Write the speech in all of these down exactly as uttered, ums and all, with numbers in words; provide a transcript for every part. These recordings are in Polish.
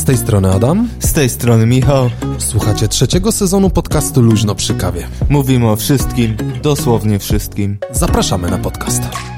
Z tej strony Adam. Z tej strony Michał. Słuchacie trzeciego sezonu podcastu Luźno przy kawie. Mówimy o wszystkim, dosłownie wszystkim. Zapraszamy na podcast.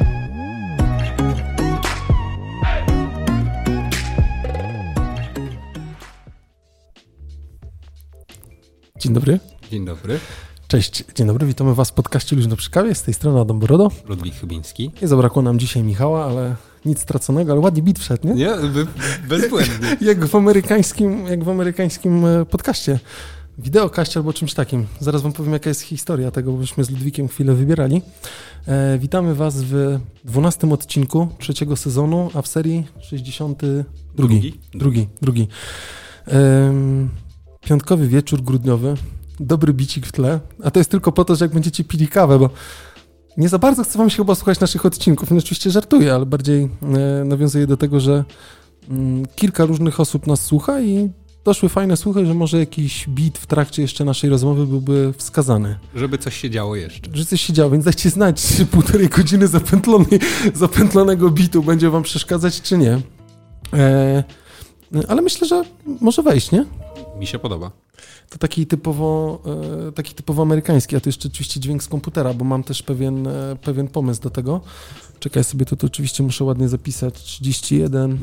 Dzień dobry. Dzień dobry. Cześć, dzień dobry, witamy Was w podcaście Luźno przy kawie. Z tej strony Adam Borodo. Ludwik Chybiński. Nie zabrakło nam dzisiaj Michała, ale nic straconego, ale ładnie bit wszedł, nie? Nie, bezbłędnie. jak w amerykańskim, jak w amerykańskim podcaście. Wideokaście albo czymś takim. Zaraz Wam powiem, jaka jest historia tego, bo byśmy z Ludwikiem chwilę wybierali. E, witamy Was w dwunastym odcinku trzeciego sezonu, a w serii sześćdziesiąty drugi. Drugi? Drugi, drugi. E, piątkowy wieczór grudniowy. Dobry bicik w tle. A to jest tylko po to, że jak będziecie pili kawę, bo nie za bardzo chcę Wam się chyba słuchać naszych odcinków. No oczywiście żartuję, ale bardziej e, nawiązuję do tego, że mm, kilka różnych osób nas słucha i doszły fajne słuchy, że może jakiś beat w trakcie jeszcze naszej rozmowy byłby wskazany. Żeby coś się działo jeszcze. Że coś się działo, więc dajcie znać, czy półtorej godziny zapętlonej, zapętlonego beatu będzie Wam przeszkadzać, czy nie. E, ale myślę, że może wejść, nie? Mi się podoba. To taki typowo, e, taki typowo amerykański, a to jeszcze oczywiście dźwięk z komputera, bo mam też pewien, e, pewien pomysł do tego. Czekaj sobie, to, to oczywiście muszę ładnie zapisać. trzydzieści jeden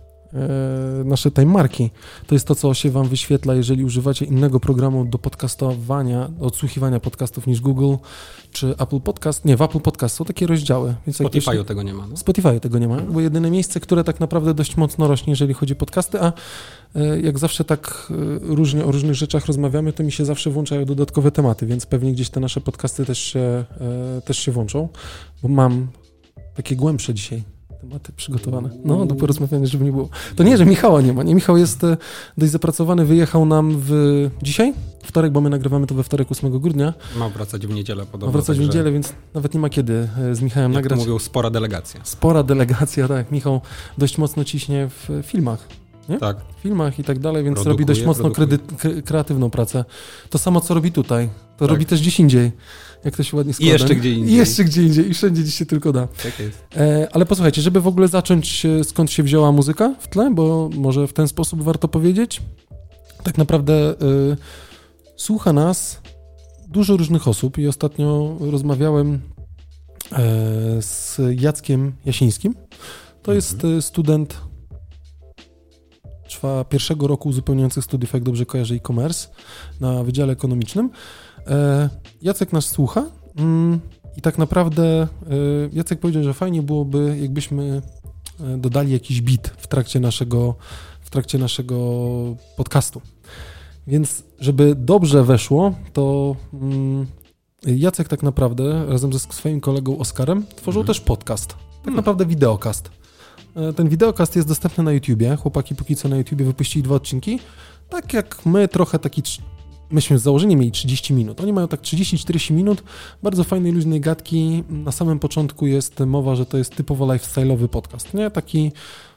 e, nasze timemarki. To jest to, co się Wam wyświetla, jeżeli używacie innego programu do podcastowania, do odsłuchiwania podcastów niż Google czy Apple Podcast. Nie, w Apple Podcast są takie rozdziały. Więc Spotify'u jeszcze... tego nie ma. No? Spotify'u tego nie ma, bo jedyne miejsce, które tak naprawdę dość mocno rośnie, jeżeli chodzi o podcasty, a jak zawsze tak różnie o różnych rzeczach rozmawiamy, to mi się zawsze włączają dodatkowe tematy, więc pewnie gdzieś te nasze podcasty też się, też się włączą, bo mam takie głębsze dzisiaj tematy przygotowane. No, do porozmawiania, żeby nie było. To nie, że Michała nie ma. Nie, Michał jest dość zapracowany, wyjechał nam w dzisiaj, wtorek, bo my nagrywamy to we wtorek ósmego grudnia. Ma wracać w niedzielę podobno. Ma wracać w niedzielę, więc nawet nie ma kiedy z Michałem jak nagrać. Jak mówią, spora delegacja. Spora delegacja, tak. Michał dość mocno ciśnie w filmach. Nie? Tak. W filmach i tak dalej, więc Produkuje, robi dość mocno kredy, kreatywną pracę. To samo, co robi tutaj. To tak. Robi też gdzieś indziej, jak to się ładnie składa. I jeszcze gdzie indziej. I jeszcze gdzie indziej i wszędzie, gdzie się tylko da. Tak jest. E, ale posłuchajcie, żeby w ogóle zacząć, skąd się wzięła muzyka w tle, bo może w ten sposób warto powiedzieć. Tak naprawdę y, słucha nas dużo różnych osób i ostatnio rozmawiałem e, z Jackiem Jasińskim. To mhm. jest student trwa pierwszego roku uzupełniających studiów, jak dobrze kojarzę, e-commerce na Wydziale Ekonomicznym. E, Jacek nas słucha mm, i tak naprawdę e, Jacek powiedział, że fajnie byłoby, jakbyśmy dodali jakiś beat w trakcie naszego, w trakcie naszego podcastu. Więc żeby dobrze weszło, to mm, Jacek tak naprawdę razem ze swoim kolegą Oskarem tworzył mhm. też podcast. Tak hmm. naprawdę wideokast. Ten wideokast jest dostępny na YouTubie. Chłopaki póki co na YouTubie wypuścili dwa odcinki. Tak jak my, trochę taki... Myśmy z założenia mieli trzydzieści minut. Oni mają tak trzydzieści czterdzieści minut. Bardzo fajnej, luźnej gadki. Na samym początku jest mowa, że to jest typowo lifestyle'owy podcast. Nie? Taki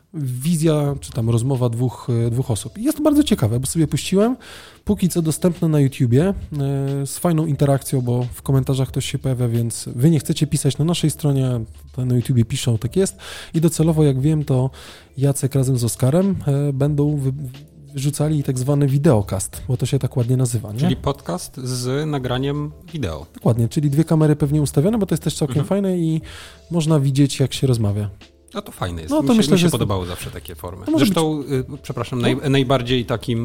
wizja, czy tam rozmowa dwóch, dwóch osób. I jest to bardzo ciekawe, bo sobie puściłem. Póki co dostępne na YouTubie z fajną interakcją, bo w komentarzach ktoś się pojawia, więc wy nie chcecie pisać na naszej stronie, to na YouTubie piszą, tak jest. I docelowo, jak wiem, to Jacek razem z Oskarem będą wy, wyrzucali tak zwany wideokast, bo to się tak ładnie nazywa. Nie? Czyli podcast z nagraniem wideo. Dokładnie, czyli dwie kamery pewnie ustawione, bo to jest też całkiem mhm. fajne i można widzieć, jak się rozmawia. No to fajne jest. No, to mi się, myślę, mi się że podobały zawsze takie formy. Zresztą, być... y, przepraszam, naj, najbardziej takim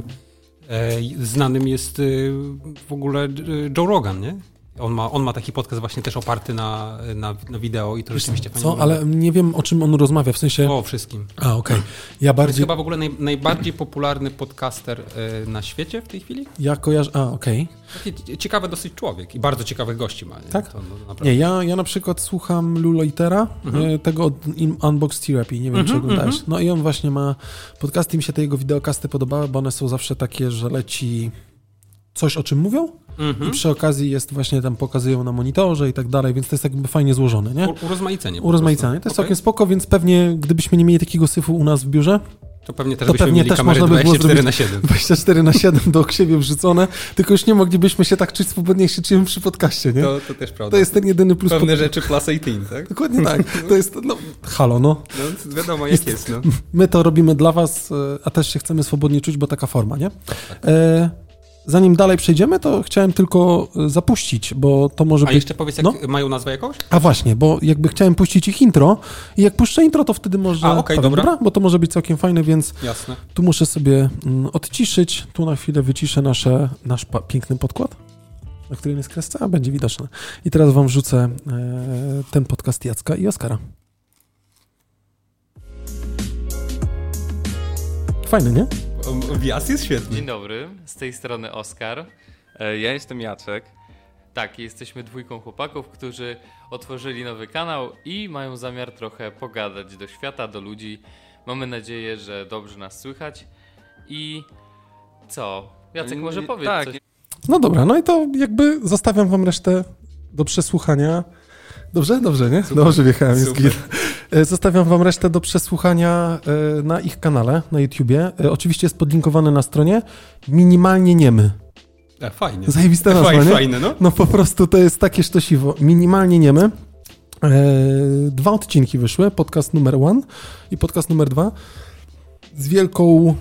e, znanym jest y, w ogóle y, Joe Rogan, nie? On ma, on ma taki podcast właśnie też oparty na, na, na wideo i to rzeczywiście fajnie. Co? Ale nie wiem, o czym on rozmawia, w sensie... O wszystkim. A, okej. Okay. Ja bardziej... To jest chyba w ogóle naj, najbardziej popularny podcaster y, na świecie w tej chwili. Ja kojarzę... A, okej. Okay. Taki ciekawy dosyć człowiek i bardzo ciekawych gości ma. Nie? Tak? To, no, nie, ja, ja na przykład słucham Luloitera, mhm. tego od Unbox Therapy, nie wiem, mhm, czy oglądałeś. Mhm. No i on właśnie ma podcasty, mi się te jego wideokasty podobały, bo one są zawsze takie, że leci coś, o czym mówią mm-hmm. i przy okazji jest właśnie tam, pokazują na monitorze i tak dalej, więc to jest jakby fajnie złożone, nie? U, urozmaicenie. Urozmaicenie. To jest okay. całkiem spoko, więc pewnie gdybyśmy nie mieli takiego syfu u nas w biurze, To pewnie też to byśmy pewnie mieli też kamery można by było dwadzieścia cztery na zrobić siedem. dwadzieścia cztery na siedem do siebie wrzucone, tylko już nie moglibyśmy się tak czuć swobodnie, jak się czujemy przy podcaście, nie? To, to też prawda. To jest ten jedyny plus. Pewne pod... rzeczy plus osiemnaście, tak? Dokładnie tak. To jest, no, halo, no. No, wiadomo jak jest, no. My to robimy dla was, a też się chcemy swobodnie czuć, bo taka forma, nie? E, zanim dalej przejdziemy, to chciałem tylko zapuścić, bo to może A być... jeszcze powiedz, jak no? mają nazwę jakąś? A właśnie, bo jakby chciałem puścić ich intro i jak puszczę intro, to wtedy może... A, okej, powiem, dobra. Bo to może być całkiem fajne, więc Jasne. tu muszę sobie mm, odciszyć, tu na chwilę wyciszę nasze, nasz pa- piękny podkład, na którym jest kresce, a będzie widoczne. I teraz wam wrzucę e, ten podcast Jacka i Oskara. Fajny, nie? Wjazd jest świetny. Dzień dobry, z tej strony Oskar. E, Ja jestem Jacek. Tak, jesteśmy dwójką chłopaków, którzy otworzyli nowy kanał i mają zamiar trochę pogadać do świata, do ludzi. Mamy nadzieję, że dobrze nas słychać. I co? Jacek może powiedz tak. coś. No dobra, no i to jakby zostawiam wam resztę do przesłuchania. Dobrze? Dobrze, nie? Super. Dobrze wjechałem, jest Super. git. E, Zostawiam wam resztę do przesłuchania e, na ich kanale, na YouTubie. E, Oczywiście jest podlinkowany na stronie Minimalnie Niemy. A, fajnie. Zajebista nazwa, Fajne, nie? fajne, no. No po prostu to jest takie sztosiwo. Minimalnie Niemy. E, dwa odcinki wyszły, podcast numer one i podcast numer dwa. Z wielką...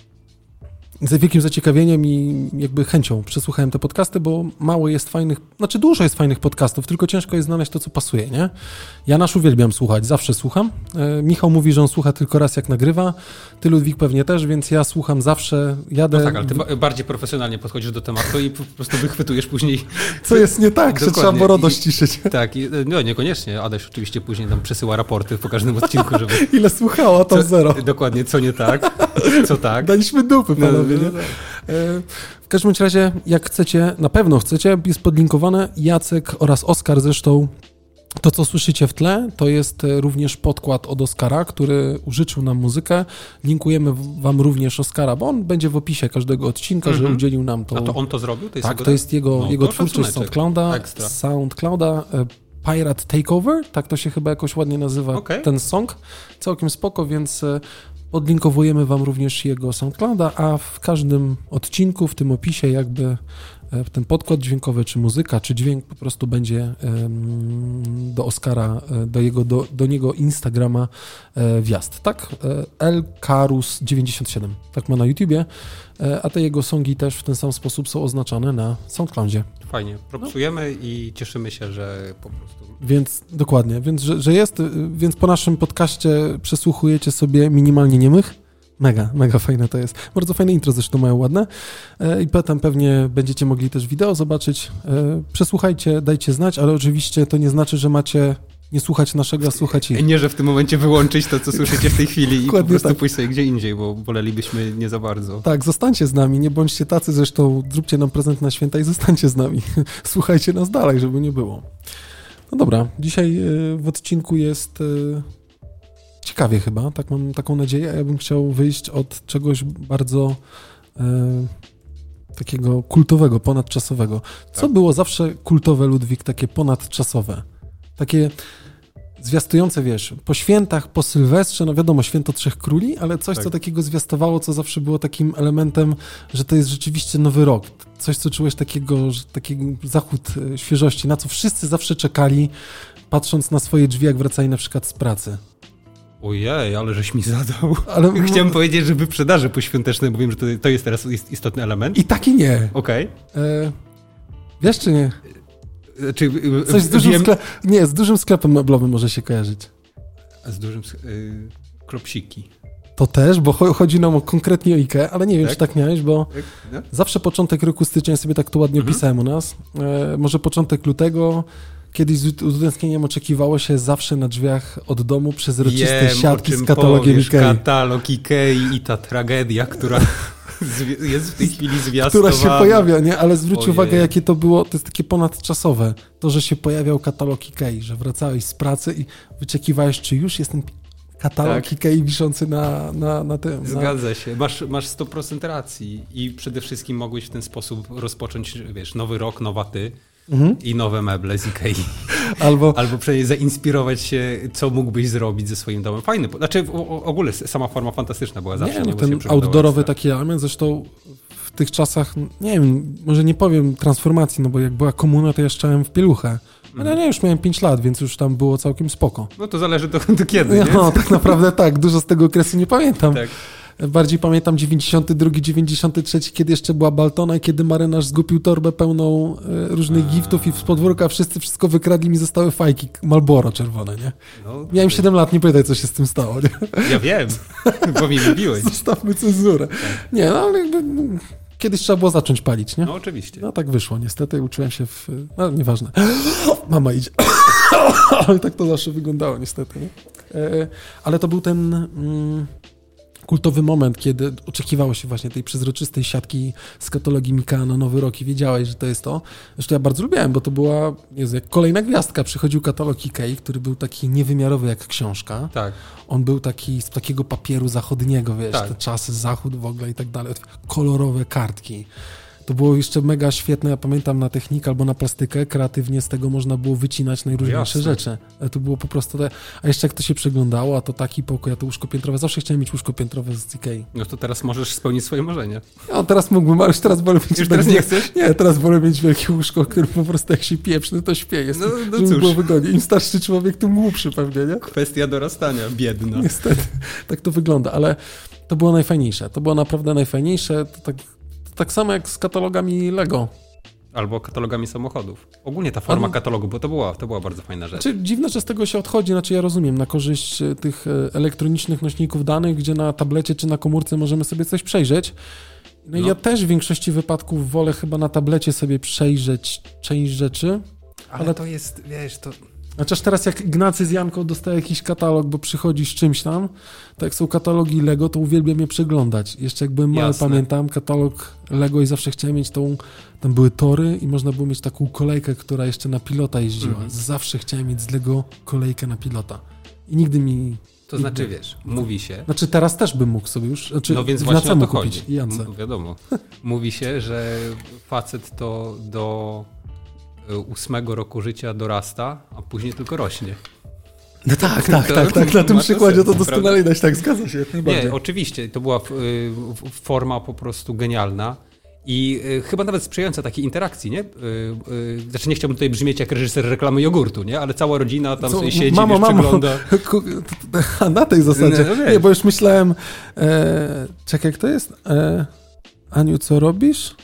Z wielkim zaciekawieniem i jakby chęcią przesłuchałem te podcasty, bo mało jest fajnych, znaczy dużo jest fajnych podcastów, tylko ciężko jest znaleźć to, co pasuje, nie? Ja nasz uwielbiam słuchać, zawsze słucham. E, Michał mówi, że on słucha tylko raz, jak nagrywa. Ty, Ludwik, pewnie też, więc ja słucham zawsze, jadę... No tak, ale ty ba- bardziej profesjonalnie podchodzisz do tematu i po prostu wychwytujesz później... Co jest nie tak, że Dokładnie. trzeba Borodo I- ściszyć. Tak, i- no niekoniecznie. Adaś oczywiście później tam przesyła raporty po każdym odcinku, żeby... Ile słuchała, tam Co- zero. Dokładnie, co nie tak, co tak. Daliśmy dupy, No, panowie, no, nie? no. E, W każdym bądź razie, jak chcecie, na pewno chcecie, jest podlinkowane Jacek oraz Oskar zresztą. To, co słyszycie w tle, to jest e, również podkład od Oskara, który użyczył nam muzykę. Linkujemy w- wam również Oskara, bo on będzie w opisie każdego odcinka, że Mhm. udzielił nam to. A to on to zrobił? To jest tak, jego to jest jego, No, jego to twórczość z szacuneczek. SoundClouda. Ekstra. SoundClouda e, Pirate Takeover, tak to się chyba jakoś ładnie nazywa, Okej. ten song. Całkiem spoko, więc e, podlinkowujemy wam również jego SoundClouda, a w każdym odcinku, w tym opisie jakby e, ten podkład dźwiękowy, czy muzyka, czy dźwięk po prostu będzie em, do Oskara, e, do, jego, do, do niego Instagrama e, wjazd, tak? E, Lkarus dziewięćdziesiąt siedem, tak ma na YouTubie, e, a te jego songi też w ten sam sposób są oznaczone na SoundCloudzie. Fajnie, propsujemy i cieszymy się, że po prostu... Więc dokładnie, więc że, że jest, y, więc po naszym podcaście przesłuchujecie sobie Minimalnie Niemych. Mega, mega fajne to jest. Bardzo fajne intro zresztą mają ładne. E, I potem pewnie będziecie mogli też wideo zobaczyć. E, Przesłuchajcie, dajcie znać, ale oczywiście to nie znaczy, że macie nie słuchać naszego, a słuchać ich. Nie, że w tym momencie wyłączyć to, co słyszycie w tej chwili i po Dokładnie prostu tak. pójść sobie gdzie indziej, bo wolelibyśmy nie za bardzo. Tak, zostańcie z nami, nie bądźcie tacy, zresztą zróbcie nam prezent na święta i zostańcie z nami. Słuchajcie nas dalej, żeby nie było. No dobra, dzisiaj y, w odcinku jest y, ciekawie chyba, tak mam taką nadzieję. Ja bym chciał wyjść od czegoś bardzo y, takiego kultowego, ponadczasowego. Co Tak. było zawsze kultowe, Ludwik, takie ponadczasowe? Takie zwiastujące, wiesz, po świętach, po Sylwestrze, no wiadomo, święto Trzech Króli, ale coś, Tak. co takiego zwiastowało, co zawsze było takim elementem, że to jest rzeczywiście nowy rok. Coś, co czułeś takiego, że taki zachód e, świeżości, na co wszyscy zawsze czekali, patrząc na swoje drzwi, jak wracali na przykład z pracy. Ojej, ale żeś mi zadał. Ale Chciałem powiedzieć, że wyprzedaże poświąteczne, bo wiem, że to, to jest teraz ist- istotny element. I tak i nie. Okej. E, wiesz czy nie? Czy Coś z dużym wiem... sklepem, nie, z dużym sklepem meblowym może się kojarzyć. Z dużym... sk- Y... Klopsiki. To też, bo cho- chodzi nam o konkretnie o IKEA, ale nie wiem, Tak? czy tak miałeś, bo No? zawsze początek roku stycznia sobie tak to ładnie Mhm. opisałem u nas. E, może początek lutego, kiedyś z ut- utęsknieniem oczekiwało się zawsze na drzwiach od domu przezroczyste Wiem, siatki o czym z katalogiem powiesz, IKEA, Katalog Ikei i ta tragedia, która zwi- jest w tej chwili zwiastowana. która się pojawia, nie? Ale zwróć Ojej. uwagę, jakie to było, to jest takie ponadczasowe. To, że się pojawiał katalog IKEA, że wracałeś z pracy i wyczekiwałeś, czy już jest ten katalog Tak. IKEA wiszący na, na, na tym. Na... Zgadza się. Masz, masz sto procent racji i przede wszystkim mogłeś w ten sposób rozpocząć, wiesz, nowy rok, nowa ty. Mhm. i nowe meble z Ikei. Albo, Albo przynajmniej zainspirować się, co mógłbyś zrobić ze swoim domem. Fajny. Znaczy w o, ogóle sama forma fantastyczna była zawsze. nie, no, bo ten się przyglądało outdoorowy ekstra. taki element, zresztą w tych czasach, nie wiem, może nie powiem transformacji, no bo jak była komuna, to ja szczałem w pieluchę. Ale ja nie, już miałem pięć lat, więc już tam było całkiem spoko. No to zależy do, do kiedy, nie? No, tak naprawdę tak, dużo z tego okresu nie pamiętam. Tak. Bardziej pamiętam dziewięćdziesiąty drugi, dziewięćdziesiąty trzeci, kiedy jeszcze była Baltona i kiedy marynarz zgubił torbę pełną e, różnych A. giftów i z podwórka wszyscy wszystko wykradli, mi zostały fajki Marlboro czerwone, nie? No, Miałem siedem lat, nie pytaj, co się z tym stało, nie? ja wiem, bo mi mówiłeś. Zostawmy cenzurę. Nie, no ale jakby, no, kiedyś trzeba było zacząć palić, nie? No oczywiście. No tak wyszło, niestety uczyłem się w... No nieważne. Mama idzie. Ale tak to zawsze wyglądało, niestety, nie? E, ale to był ten... Mm, kultowy moment, kiedy oczekiwało się właśnie tej przezroczystej siatki z katalogii Mika na Nowy Rok i wiedziałeś, że to jest to. Zresztą ja bardzo lubiłem, bo to była Jezu, jak kolejna gwiazdka. Przychodził katalog Ikei, który był taki niewymiarowy jak książka. Tak. On był taki z takiego papieru zachodniego, wiesz, Tak. te czasy, zachód w ogóle i tak dalej. Kolorowe kartki. To było jeszcze mega świetne, ja pamiętam na technikę albo na plastykę, kreatywnie z tego można było wycinać najróżniejsze Jasne. rzeczy. Ale to było po prostu te... A jeszcze jak to się przeglądało, a to taki pokój, a to łóżko piętrowe. Zawsze chciałem mieć łóżko piętrowe z Ikei. No to teraz możesz spełnić swoje marzenie. Ja teraz mógłbym, ale już teraz wolę mieć... Już teraz nie chcesz? Nie, teraz wolę mieć wielkie łóżko, które po prostu jak się pieprzny, to śpieje. Jest, No, no żeby cóż. było wygodniej. Im starszy człowiek, tym głupszy pewnie, nie? Kwestia dorastania, biedna. Niestety, tak to wygląda, ale to było najfajniejsze. To było naprawdę najfajniejsze. To tak, to tak samo jak z katalogami Lego. Albo katalogami samochodów. Ogólnie ta forma Albo- katalogu, bo to była, to była bardzo fajna rzecz. Znaczy, dziwne, że z tego się odchodzi, znaczy ja rozumiem, na korzyść e, tych e, elektronicznych nośników danych, gdzie na tablecie czy na komórce możemy sobie coś przejrzeć. No, i No. ja też w większości wypadków wolę chyba na tablecie sobie przejrzeć część rzeczy. ale, ale- to jest, wiesz, to... Chociaż teraz jak Ignacy z Janką dostaje jakiś katalog, bo przychodzi z czymś tam, to jak są katalogi Lego, to uwielbiam je przeglądać. Jeszcze jak byłem mały, Jasne. pamiętam katalog Lego i zawsze chciałem mieć tą, tam były tory i można było mieć taką kolejkę, która jeszcze na pilota jeździła. Mhm. Zawsze chciałem mieć z Lego kolejkę na pilota. I nigdy mi... To znaczy, wiesz, mówi się... Znaczy teraz też bym mógł sobie już, znaczy No więc w właśnie o Nacemu to kupić chodzi. i Jance. No, wiadomo. Mówi się, że facet to do y, ósmego roku życia dorasta, a później tylko rośnie. No tak, tak, To- tak, tak, na tym ma to przykładzie sens, to doskonale prawda? widać, tak, zgadza się, jak najbardziej. Nie, oczywiście, to była y, w- forma po prostu genialna i y, chyba nawet sprzyjająca takiej interakcji, nie? Y, y, znaczy nie chciałbym tutaj brzmieć jak reżyser reklamy jogurtu, nie? Ale cała rodzina tam Co, sobie siedzi, mamo, wiesz, mamo. przegląda. Ku- A na tej zasadzie. No, no wiesz. Nie, bo już myślałem, e, czekaj, jak to jest? E, Aniu, co robisz?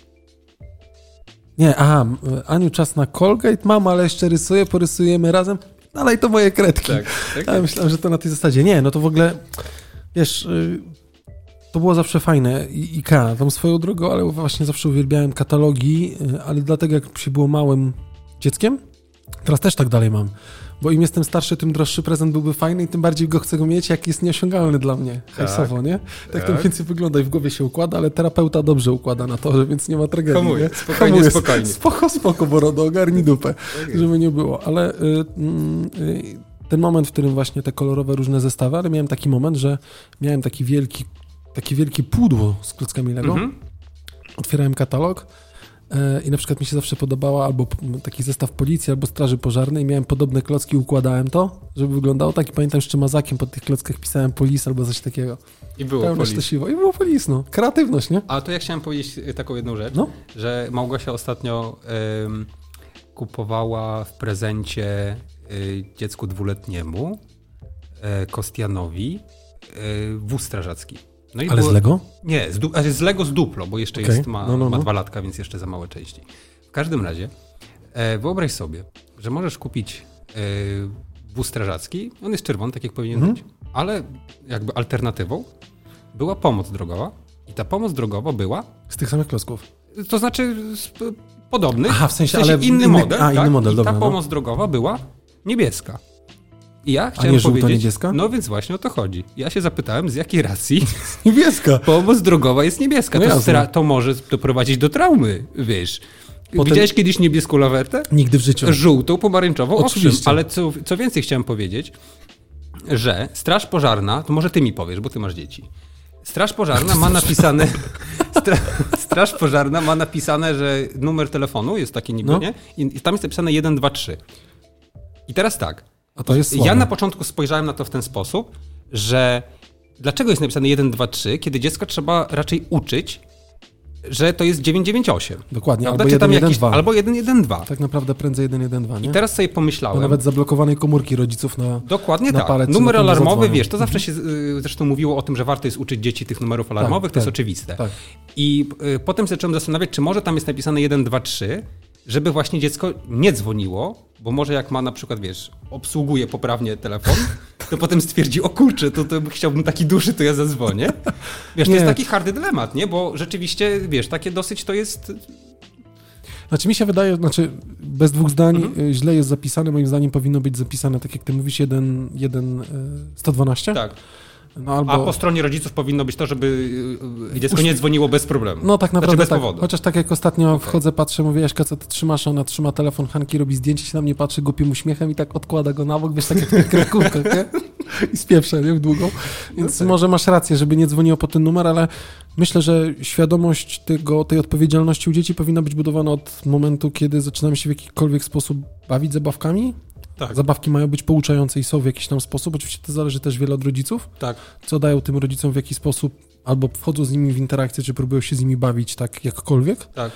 Nie, aha, m, Aniu, czas na Colgate, mam, ale jeszcze rysuję, porysujemy razem. Dalej to moje kredki. Tak, tak, Ja myślałem, że to na tej zasadzie. Nie, no to w ogóle, wiesz, y, to było zawsze fajne. I Ikea, tam swoją drogą, ale właśnie zawsze uwielbiałem katalogi, y, ale dlatego jak się było małym dzieckiem, teraz też tak dalej mam. Bo im jestem starszy, tym droższy prezent byłby fajny i tym bardziej go chcę go mieć, jak jest nieosiągalny dla mnie hajsowo, nie? Tak, to tak. więcej wygląda i w głowie się układa, ale terapeuta dobrze układa na to, więc nie ma tragedii. Hamuje, nie? spokojnie, Hamuje. spokojnie. Spoko, spoko, Borodo, ogarnij dupę, żeby nie było. Ale y, y, ten moment, w którym właśnie te kolorowe różne zestawy, ale miałem taki moment, że miałem taki wielki, takie wielkie pudło z klockami Lego, Mhm. otwierałem katalog e, i na przykład mi się zawsze podobała albo p- taki zestaw policji, albo straży pożarnej, miałem podobne klocki, układałem to, żeby wyglądało tak i pamiętam jeszcze mazakiem pod tych klockach pisałem polis albo coś takiego. I było Pełne polis. sztosiwo. I było polis, no. Kreatywność, nie? A to ja chciałem powiedzieć y, taką jedną rzecz, No. że Małgosia ostatnio ym, kupowała w prezencie y, dziecku dwuletniemu, y, Kostianowi, y, wóz strażacki. No i Ale było- z Lego? Nie, z, du- a z Lego z Duplo, bo jeszcze Okej. jest, ma, No, no, ma no. dwa latka, więc jeszcze za małe części. W każdym razie, e, wyobraź sobie, że możesz kupić e, wóz strażacki, on jest czerwony, tak jak powinien Mhm. być, ale jakby alternatywą była pomoc drogowa i ta pomoc drogowa była, Z tych samych klocków. to znaczy z, podobnych, Aha, w sensie, ale inny inny- model, a, inny tak? model, I dobra, ta no. pomoc drogowa była niebieska. I ja chciałem nie żółto, powiedzieć, niebieska? no więc właśnie o to chodzi. Ja się zapytałem, z jakiej racji Niebieska. pomoc drogowa jest niebieska. No To, jasne. stra- to może doprowadzić do traumy, wiesz. Potem- Widziałeś kiedyś niebieską lawertę? Nigdy w życiu. Żółtą, pomarańczową, owszem. Oczywiście. Ale co, co więcej chciałem powiedzieć, że Straż Pożarna, to może ty mi powiesz, bo ty masz dzieci. Straż Pożarna ma napisane, Stra- Straż Pożarna ma napisane, że numer telefonu jest taki niby, No. nie? I, I tam jest napisane jeden, dwa, trzy. I teraz tak. A to jest Ja słabe. na początku spojrzałem na to w ten sposób, że dlaczego jest napisane jeden, dwa, trzy, kiedy dziecko trzeba raczej uczyć, że to jest dziewięć dziewięć osiem. Dokładnie, Prawda? albo Czy tam jeden jeden jakiś- dwa. Albo jeden jeden dwa. Tak naprawdę prędzej jeden jeden dwa, nie? I teraz sobie Bo pomyślałem... nawet zablokowanej komórki rodziców na... Dokładnie na tak. palec Numer na pewno alarmowy, zadzwonią. wiesz, to zawsze się y, zresztą mówiło o tym, że warto jest uczyć dzieci tych numerów alarmowych, Tak, to jest tak. oczywiste. Tak. I y, potem zacząłem zastanawiać, czy może tam jest napisane jeden, dwa, trzy, żeby właśnie dziecko nie dzwoniło, bo może jak ma na przykład, wiesz, obsługuje poprawnie telefon, to potem stwierdzi, o kurczę, to, to chciałbym taki duży, to ja zadzwonię. Wiesz, to Nie. jest taki hardy dylemat, nie? Bo rzeczywiście, wiesz, takie dosyć to jest... Znaczy mi się wydaje, znaczy bez dwóch zdań Mhm. y, źle jest zapisane, moim zdaniem powinno być zapisane, tak jak ty mówisz, jeden, jeden, y, sto dwanaście? Tak. No, albo... A po stronie rodziców powinno być to, żeby y, dziecko nie dzwoniło bez problemu. No tak naprawdę Znaczy bez tak. powodu. Chociaż tak jak ostatnio wchodzę, patrzę, mówię, Jaśka, co ty trzymasz? Ona trzyma telefon, Hanki robi zdjęcie, się na mnie patrzy głupim uśmiechem i tak odkłada go na bok, wiesz, tak jak w kreskówkach, nie? I spieprze, nie? W długą. Więc No tak. może masz rację, żeby nie dzwoniło po ten numer, ale myślę, że świadomość tego, tej odpowiedzialności u dzieci powinna być budowana od momentu, kiedy zaczynamy się w jakikolwiek sposób bawić zabawkami. Tak. Zabawki mają być pouczające i są w jakiś tam sposób. Oczywiście to zależy też wiele od rodziców. Tak. Co dają tym rodzicom w jaki sposób, albo wchodzą z nimi w interakcję, czy próbują się z nimi bawić tak jakkolwiek. Tak.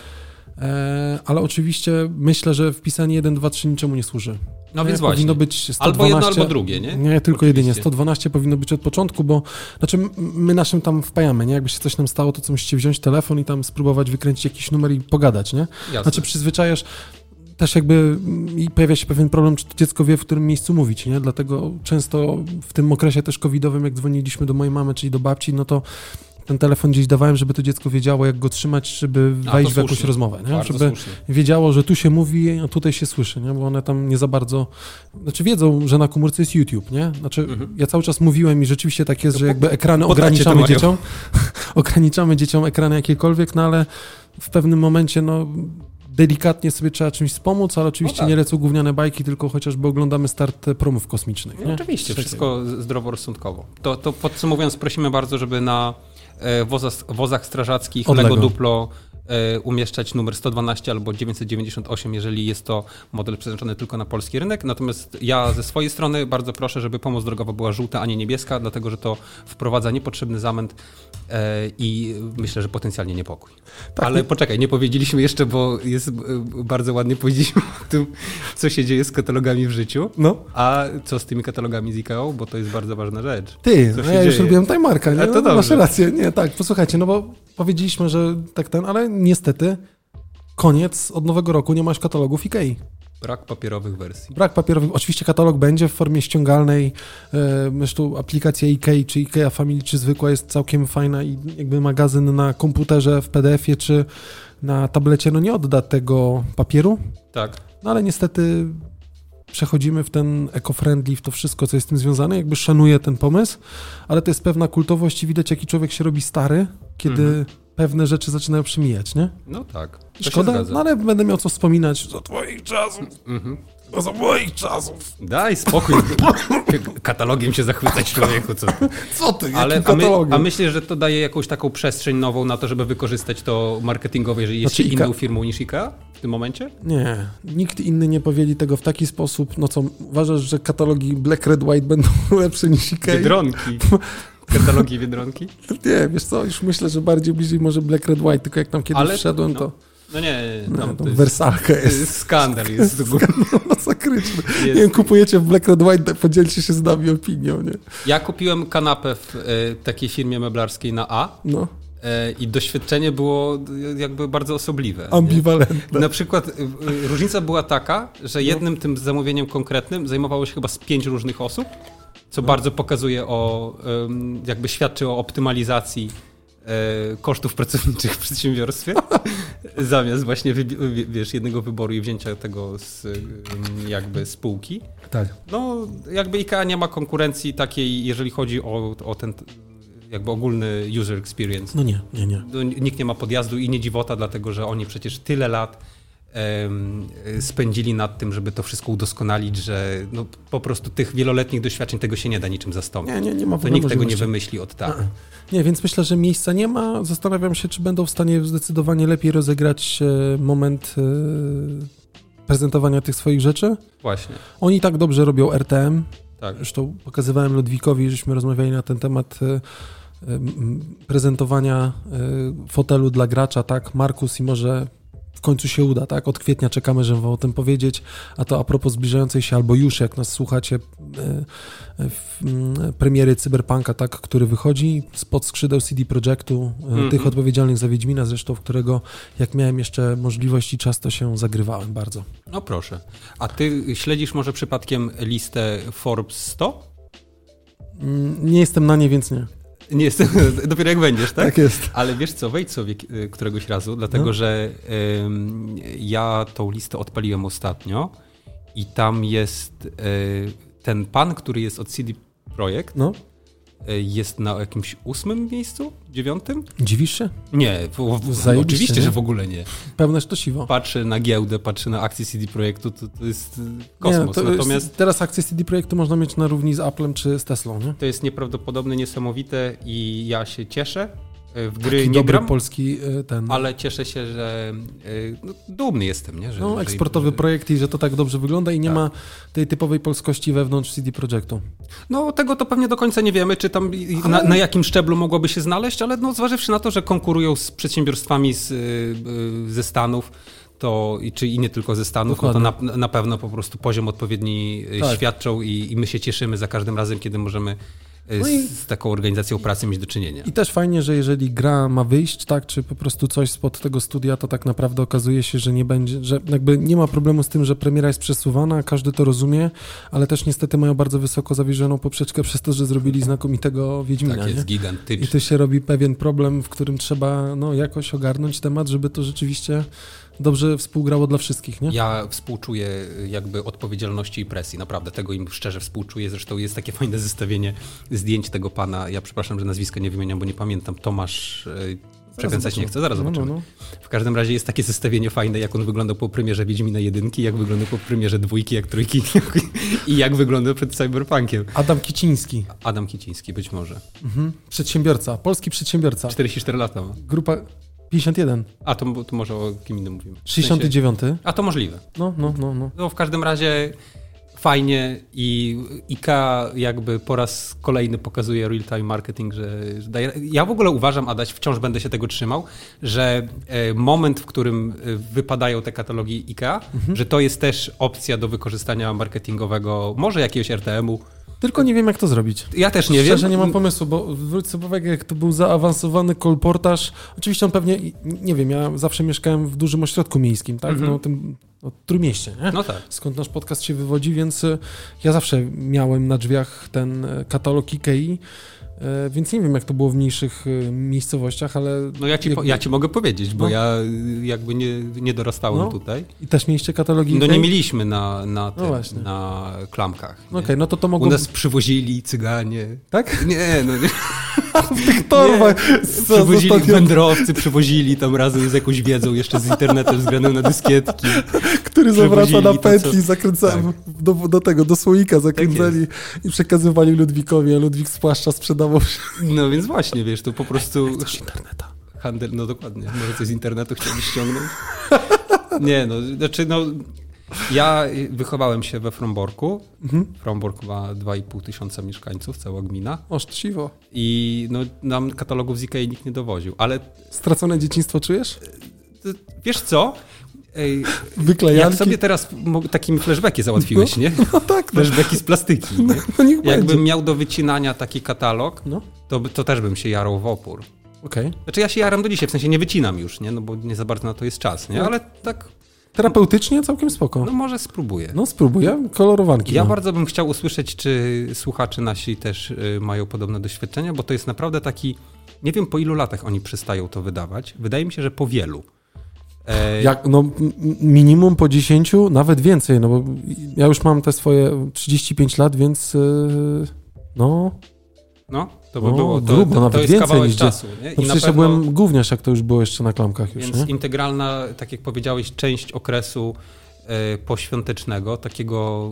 E, ale oczywiście myślę, że wpisanie jeden, dwa, trzy niczemu nie służy. No Nie, więc właśnie. Powinno być sto dwanaście, Albo jedno, albo drugie, nie? Nie, tylko Oczywiście. jedynie. sto dwanaście powinno być od początku, bo znaczy m- my naszym tam wpajamy, nie? Jakby się coś nam stało, to co musicie wziąć telefon i tam spróbować wykręcić jakiś numer i pogadać, nie? Jasne. Znaczy przyzwyczajasz też jakby mm, i pojawia się pewien problem, czy to dziecko wie, w którym miejscu mówić, nie? Dlatego często w tym okresie też covidowym, jak dzwoniliśmy do mojej mamy, czyli do babci, no to ten telefon gdzieś dawałem, żeby to dziecko wiedziało, jak go trzymać, żeby A, wejść to w jakąś słusznie. rozmowę, nie? Bardzo Żeby słusznie. wiedziało, że tu się mówi, a tutaj się słyszy, nie? Bo one tam nie za bardzo... Znaczy wiedzą, że na komórce jest YouTube, nie? Znaczy Mhm. ja cały czas mówiłem i rzeczywiście tak jest, To że po- jakby ekrany po tacie ograniczamy to mają. dzieciom. ograniczamy dzieciom ekrany jakiekolwiek, no ale w pewnym momencie, no... Delikatnie sobie trzeba czymś wspomóc, ale oczywiście No tak. nie lecą gówniane bajki, tylko chociażby oglądamy start promów kosmicznych. No Nie? oczywiście, Coś wszystko z- zdroworozsądkowo. To, to podsumowując, prosimy bardzo, żeby na e, wozach, wozach strażackich Od Lego Lego. Duplo e, umieszczać numer sto dwanaście albo dziewięćset dziewięćdziesiąt osiem, jeżeli jest to model przeznaczony tylko na polski rynek. Natomiast ja ze swojej strony bardzo proszę, żeby pomoc drogowa była żółta, a nie niebieska, dlatego że to wprowadza niepotrzebny zamęt e, i myślę, że potencjalnie niepokój. Tak, Ale nie- poczekaj, nie powiedzieliśmy jeszcze, bo jest e, bardzo ładnie powiedzieliśmy o tym, co się dzieje z katalogami w życiu. No. A co z tymi katalogami z IKEA? Bo to jest bardzo ważna rzecz. Ty, Co no się ja już dzieje? robiłem timemarka, nie? A to No, masz dobrze. rację, nie, tak, posłuchajcie, no bo powiedzieliśmy, że tak ten, ale niestety koniec, od nowego roku nie masz katalogów Ikei. Brak papierowych wersji. Brak papierowych, oczywiście katalog będzie w formie ściągalnej, e, zresztą aplikacja Ikei, czy Ikea Family, czy zwykła jest całkiem fajna i jakby magazyn na komputerze w P D F ie, czy na tablecie, no nie odda tego papieru, Tak. no ale niestety przechodzimy w ten eco-friendly, w to wszystko, co jest z tym związane, jakby szanuję ten pomysł, ale to jest pewna kultowość i widać, jaki człowiek się robi stary, kiedy Mhm. pewne rzeczy zaczynają przemijać, nie? No tak. To Szkoda, się zgadza. no ale będę miał co wspominać za twoich czasów, Mhm. no za moich czasów. Daj spokój. Katalogiem się zachwycać, człowieku. Co? Co ty, Ale, jakim a, my, katalogiem? a myślisz, że to daje jakąś taką przestrzeń nową na to, żeby wykorzystać to marketingowo, jeżeli jest Znaczy się Ikea- inną firmą niż IKEA w tym momencie? Nie, nikt inny nie powiedzieli tego w taki sposób, no co, uważasz, że katalogi Black, Red, White będą lepsze niż Ikea? Biedronki. Katalogi Biedronki? Nie, wiesz co, już myślę, że bardziej bliżej może Black, Red, White, tylko jak tam kiedyś Ale- wszedłem, no, to... No nie, No, tam tam to jest, wersalka to jest. jest skandal. Jest Masakryczny. Jest. Nie wiem, kupujecie w Black Red White, podzielcie się z nami opinią, nie? Ja kupiłem kanapę w e, takiej firmie meblarskiej na A No, e, i doświadczenie było e, jakby bardzo osobliwe. nie? ambiwalentne. Na przykład e, e, różnica była taka, że jednym tym zamówieniem konkretnym zajmowało się chyba z pięć różnych osób, co bardzo pokazuje o, em, jakby świadczy o optymalizacji e, kosztów pracowniczych w przedsiębiorstwie, zamiast właśnie wybi- wie- wiesz, jednego wyboru i wzięcia tego z em, jakby spółki. Tak. No, jakby IKEA nie ma konkurencji takiej, jeżeli chodzi o, o ten jakby ogólny user experience. No nie, nie, nie. No, nikt nie ma podjazdu i nie dziwota, dlatego że oni przecież tyle lat em, spędzili nad tym, żeby to wszystko udoskonalić, że no, po prostu tych wieloletnich doświadczeń tego się nie da niczym zastąpić. Nie, nie, nie ma w To ogóle nikt tego nie możliwości. wymyśli od tak. Nie, więc myślę, że miejsca nie ma. Zastanawiam się, czy będą w stanie zdecydowanie lepiej rozegrać e, moment e, prezentowania tych swoich rzeczy. Właśnie, Oni tak dobrze robią R T M. tak. Zresztą pokazywałem Ludwikowi, żeśmy rozmawiali na ten temat e, e, prezentowania e, fotelu dla gracza, tak? Markus i może w końcu się uda, tak? Od kwietnia czekamy, żeby wam o tym powiedzieć, a to a propos zbliżającej się, albo już jak nas słuchacie, e, w, m, premiery Cyberpunka, tak? Który wychodzi spod skrzydeł C D Projektu, e, Mhm. tych odpowiedzialnych za Wiedźmina, zresztą w którego jak miałem jeszcze możliwość i czas, to się zagrywałem bardzo. No proszę. A ty śledzisz może przypadkiem listę Forbes sto? Mm, Nie jestem na nie, więc nie. Nie jestem, dopiero jak będziesz, tak? Tak jest. Ale wiesz co, wejdź sobie y, któregoś razu, dlatego No. że ym, ja tą listę odpaliłem ostatnio i tam jest y, ten pan, który jest od C D Projekt, No, y, jest na jakimś ósmym miejscu? Dziewiątym? dziwisz się? Nie, w, w, Zajebiście, oczywiście, nie? że w ogóle nie. Pełne sztosiwo. Patrzę na giełdę, patrzę na akcje C D Projektu, to, to jest y, Nie, kosmos. to Natomiast jest, teraz akcje C D Projektu można mieć na równi z Applem czy z Teslą, nie? to jest nieprawdopodobne, niesamowite i ja się cieszę. Y, W gry Taki nie dobry gram, polski y, ten... ale cieszę się, że y, no, dumny jestem, nie? Że, No, że- eksportowy że, projekt i że to tak dobrze wygląda i nie Tak. ma tej typowej polskości wewnątrz C D Projektu. No tego to pewnie do końca nie wiemy, czy tam i- na, na jakim szczeblu mogłoby się znaleźć, ale no, zważywszy na to, że konkurują z przedsiębiorstwami z, y, y, ze Stanów, to, i- czy i nie tylko ze Stanów, no to na, na pewno po prostu poziom odpowiedni y, Tak. świadczą i, i my się cieszymy za każdym razem, kiedy możemy y, No i- z, z taką organizacją pracy mieć do czynienia. I też fajnie, że jeżeli gra ma wyjść, tak, czy po prostu coś spod tego studia, to tak naprawdę okazuje się, że nie będzie, że jakby nie ma problemu z tym, że premiera jest przesuwana, każdy to rozumie, ale też niestety mają bardzo wysoko zawieszoną poprzeczkę przez to, że zrobili znakomitego Wiedźmina, Tak nie? jest, I gigantyczny. tu się robi pewien problem, w którym trzeba no, jakoś ogarnąć temat, żeby to rzeczywiście dobrze współgrało dla wszystkich, nie? Ja współczuję jakby odpowiedzialności i presji, naprawdę tego im szczerze współczuję. Zresztą jest takie fajne zestawienie zdjęć tego pana, ja przepraszam, że nazwiska nie wymieniam, bo nie pamiętam, Tomasz, yy, przekręcać nie chcę, zaraz No, no, zobaczymy. no. W każdym razie jest takie zestawienie fajne, jak on wyglądał po premierze Wiedźmina jedynki, jak wyglądał po premierze dwójki, jak trójki i jak wyglądał przed Cyberpunkiem. Adam Kiciński, Adam Kiciński być może. mhm. przedsiębiorca, polski przedsiębiorca, czterdzieści cztery lata ma. grupa pięćdziesiąt jeden, A to, to może o kim innym mówimy. W sześćdziesiąty dziewiąty, A to możliwe. no, no, no, no. No w każdym razie fajnie i IKEA jakby po raz kolejny pokazuje real-time marketing, że, że daje... Ja w ogóle uważam, Adaś, wciąż będę się tego trzymał, że e, moment, w którym e, wypadają te katalogi IKEA, Mhm. że to jest też opcja do wykorzystania marketingowego, może jakiegoś R T M-u. Tylko nie wiem, jak to zrobić. Ja też nie Szczerze wiem. nie mam pomysłu, bo zwróć sobie uwagę, jak to był zaawansowany kolportaż. Oczywiście on pewnie, nie wiem, ja zawsze mieszkałem w dużym ośrodku miejskim, tak? Mhm. No tym no, Trójmieście, nie? No tak. Skąd nasz podcast się wywodzi, więc y, ja zawsze miałem na drzwiach ten y, katalog Ikei, y, więc nie wiem, jak to było w mniejszych y, miejscowościach, ale... No ja ci, po, jakby- ja ci mogę powiedzieć, bo No. ja y, jakby nie, nie dorastałem No. tutaj. I też mieliście katalogi No Ikei? nie mieliśmy na, na, tym, No właśnie. na klamkach. No nie? okej, no to to U mogło... nas przywozili cyganie. Tak? Nie, no nie. Torba! Co, Przywozili ostatnio- wędrowcy, przywozili tam razem z jakąś wiedzą, jeszcze z internetem zgranym na dyskietki. Który zawraca Przywozili na to, pętli, co- zakręcali tak. do, do tego, do słoika zakręcali i przekazywali Ludwikowi, a Ludwik z płaszcza sprzedawał No więc właśnie, wiesz, to po prostu z interneta. handel, no dokładnie, może coś z internetu chciałbyś ściągnąć? Nie, no, znaczy no, ja wychowałem się we Fromborku. Mhm. Frombork ma dwa i pół tysiąca mieszkańców, cała gmina. O, szczęśliwo. I no, nam katalogów z Ikei nikt nie dowoził, ale Stracone dzieciństwo czujesz? y, wiesz co? Ej, Wyklejanki? jak sobie teraz mo- takim flashbacki załatwiłeś, nie? No tak, no. Flashbacki z plastiki, nie? No niech będzie. Jakbym miał do wycinania taki katalog, No, to, by- to też bym się jarał w opór. okej. Znaczy ja się jaram do dzisiaj, w sensie nie wycinam już, nie? No bo nie za bardzo na to jest czas, nie? No. Ale tak, Terapeutycznie całkiem spoko. no może spróbuję. No spróbuję, kolorowanki. Ja mam. bardzo bym chciał usłyszeć, czy słuchacze nasi też y, mają podobne doświadczenia, bo to jest naprawdę taki, nie wiem po ilu latach oni przestają to wydawać. Wydaje mi się, że po wielu. E, Jak, no m- minimum po dziesięciu, nawet więcej, no bo ja już mam te swoje trzydzieści pięć lat, więc yy, no, No, To by O, było, to, grubo, to, nawet to jest więcej kawałek niż czasu. Nie? No I przecież na ja pewno, byłem gówniarz, jak to już było jeszcze na klamkach już, Więc nie? integralna, tak jak powiedziałeś, część okresu y, poświątecznego, takiego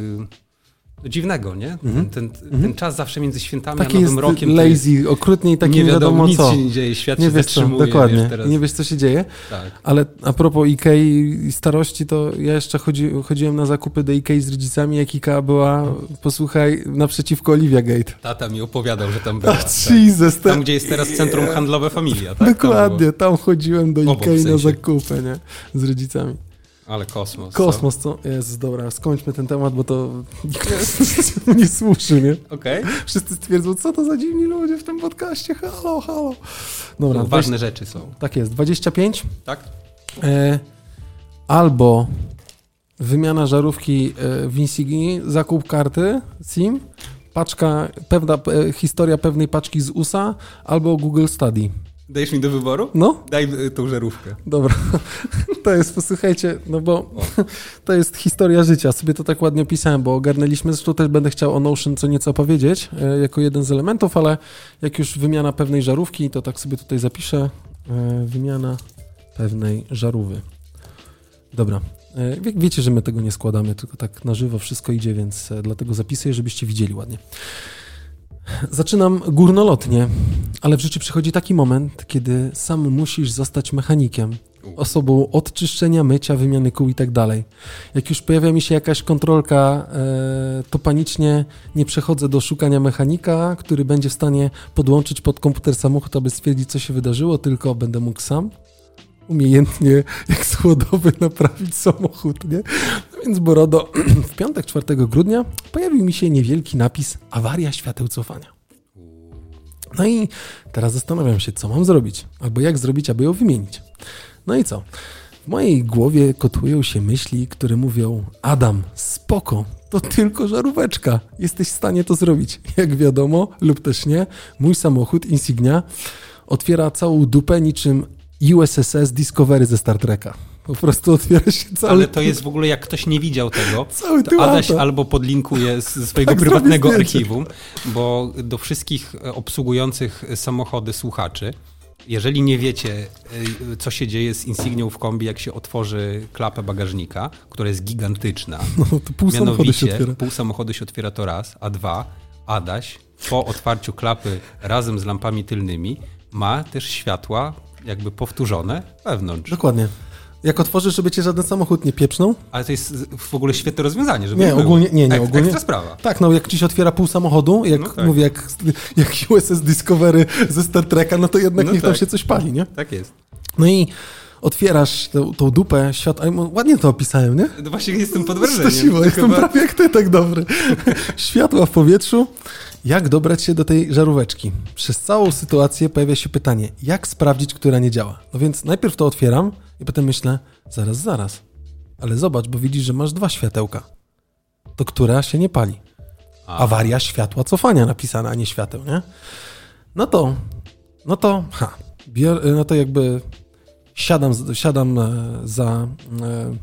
y, dziwnego, nie? Mhm. Ten, ten, Mhm. ten czas zawsze między świętami Taki a jest Nowym Rokiem. lazy, okrutnie i taki nie nie wiadomo, nic co. się nie dzieje, świat Nie się wiesz co, zatrzymuje. dokładnie. Wiesz, teraz. Nie wiesz, co się dzieje. Tak. Ale a propos Ikei i starości, to ja jeszcze chodzi, chodziłem na zakupy do Ikei z rodzicami, jak Ikea była, posłuchaj, naprzeciwko Olivia Gate. Tata mi opowiadał, że tam była. Ach, tak. Jesus, Tam, gdzie jest teraz centrum handlowe Familia, tak? Dokładnie, tam chodziłem do Obok, Ikei w sensie. na zakupy, nie? Z rodzicami. Ale kosmos. Kosmos, co? Jest, dobra, skończmy ten temat, bo to nikt nie służy, nie? Okej. Okay. Wszyscy stwierdzą, co to za dziwni ludzie w tym podcaście, halo, halo. Dobra, No, dwadzieścia ważne rzeczy są. Tak jest, dwadzieścia pięć. Tak? E, albo wymiana żarówki e, w Insignii, zakup karty SIM, paczka, pewna e, historia pewnej paczki z U S A, albo Google Study. Dajesz mi do wyboru? No, Daj y, tą żarówkę. dobra. To jest, posłuchajcie, no bo to jest historia życia. Sobie to tak ładnie opisałem, bo ogarnęliśmy, zresztą też będę chciał o Notion co nieco opowiedzieć, e, jako jeden z elementów, ale jak już wymiana pewnej żarówki, to tak sobie tutaj zapiszę. E, wymiana pewnej żarówy. Dobra. E, wie, wiecie, że my tego nie składamy, tylko tak na żywo wszystko idzie, więc e, dlatego zapisuję, żebyście widzieli ładnie. Zaczynam górnolotnie, ale w życiu przychodzi taki moment, kiedy sam musisz zostać mechanikiem, osobą od czyszczenia, mycia, wymiany kół i tak dalej. Jak już pojawia mi się jakaś kontrolka, e, to panicznie nie przechodzę do szukania mechanika, który będzie w stanie podłączyć pod komputer samochód, aby stwierdzić, co się wydarzyło, tylko będę mógł sam umiejętnie, jak schłodowy, naprawić samochód, nie? No więc Borodo, w piątek, czwartego grudnia pojawił mi się niewielki napis awaria świateł cofania. No i teraz zastanawiam się, co mam zrobić, albo jak zrobić, aby ją wymienić. No i co? W mojej głowie kotują się myśli, które mówią: Adam, spoko, to tylko żaróweczka, jesteś w stanie to zrobić. Jak wiadomo, lub też nie, mój samochód Insignia otwiera całą dupę niczym U S S S Discovery ze Star Treka. Po prostu otwiera się cały... Ale to jest w ogóle, jak ktoś nie widział tego, Cały to Adaś auta. albo podlinkuje z swojego Tak, prywatnego zrobię zdjęcie. archiwum, bo do wszystkich obsługujących samochody słuchaczy, jeżeli nie wiecie, co się dzieje z Insignią w kombi, jak się otworzy klapę bagażnika, która jest gigantyczna, No, to pół samochodu się mianowicie otwiera. pół samochodu się otwiera to raz, a dwa, Adaś po otwarciu klapy razem z lampami tylnymi ma też światła jakby powtórzone wewnątrz. Dokładnie. Jak otworzysz, żeby cię żaden samochód nie pieprznął? Ale to jest w ogóle świetne rozwiązanie, żeby Nie, było. ogólnie, nie, nie, Ek, ogólnie. Ekstra sprawa. Tak, no jak ci się otwiera pół samochodu, jak No tak. mówię, jak, jak U S S Discovery ze Star Treka, no to jednak No niech tam tak. się coś pali, nie? Tak jest. No i otwierasz tą, tą dupę, świat... a, ładnie to opisałem, nie? No właśnie jestem pod To wrażeniem. siła, To jestem chyba- prawie jak ty, tak dobry. Światła w powietrzu. Jak dobrać się do tej żaróweczki? Przez całą sytuację pojawia się pytanie, jak sprawdzić, która nie działa? No więc najpierw to otwieram i potem myślę, zaraz, zaraz. Ale zobacz, bo widzisz, że masz dwa światełka. To która się nie pali? A. Awaria światła cofania napisana, a nie świateł, nie? No to, no to, ha, bior, no to jakby siadam, z- siadam e, za... E,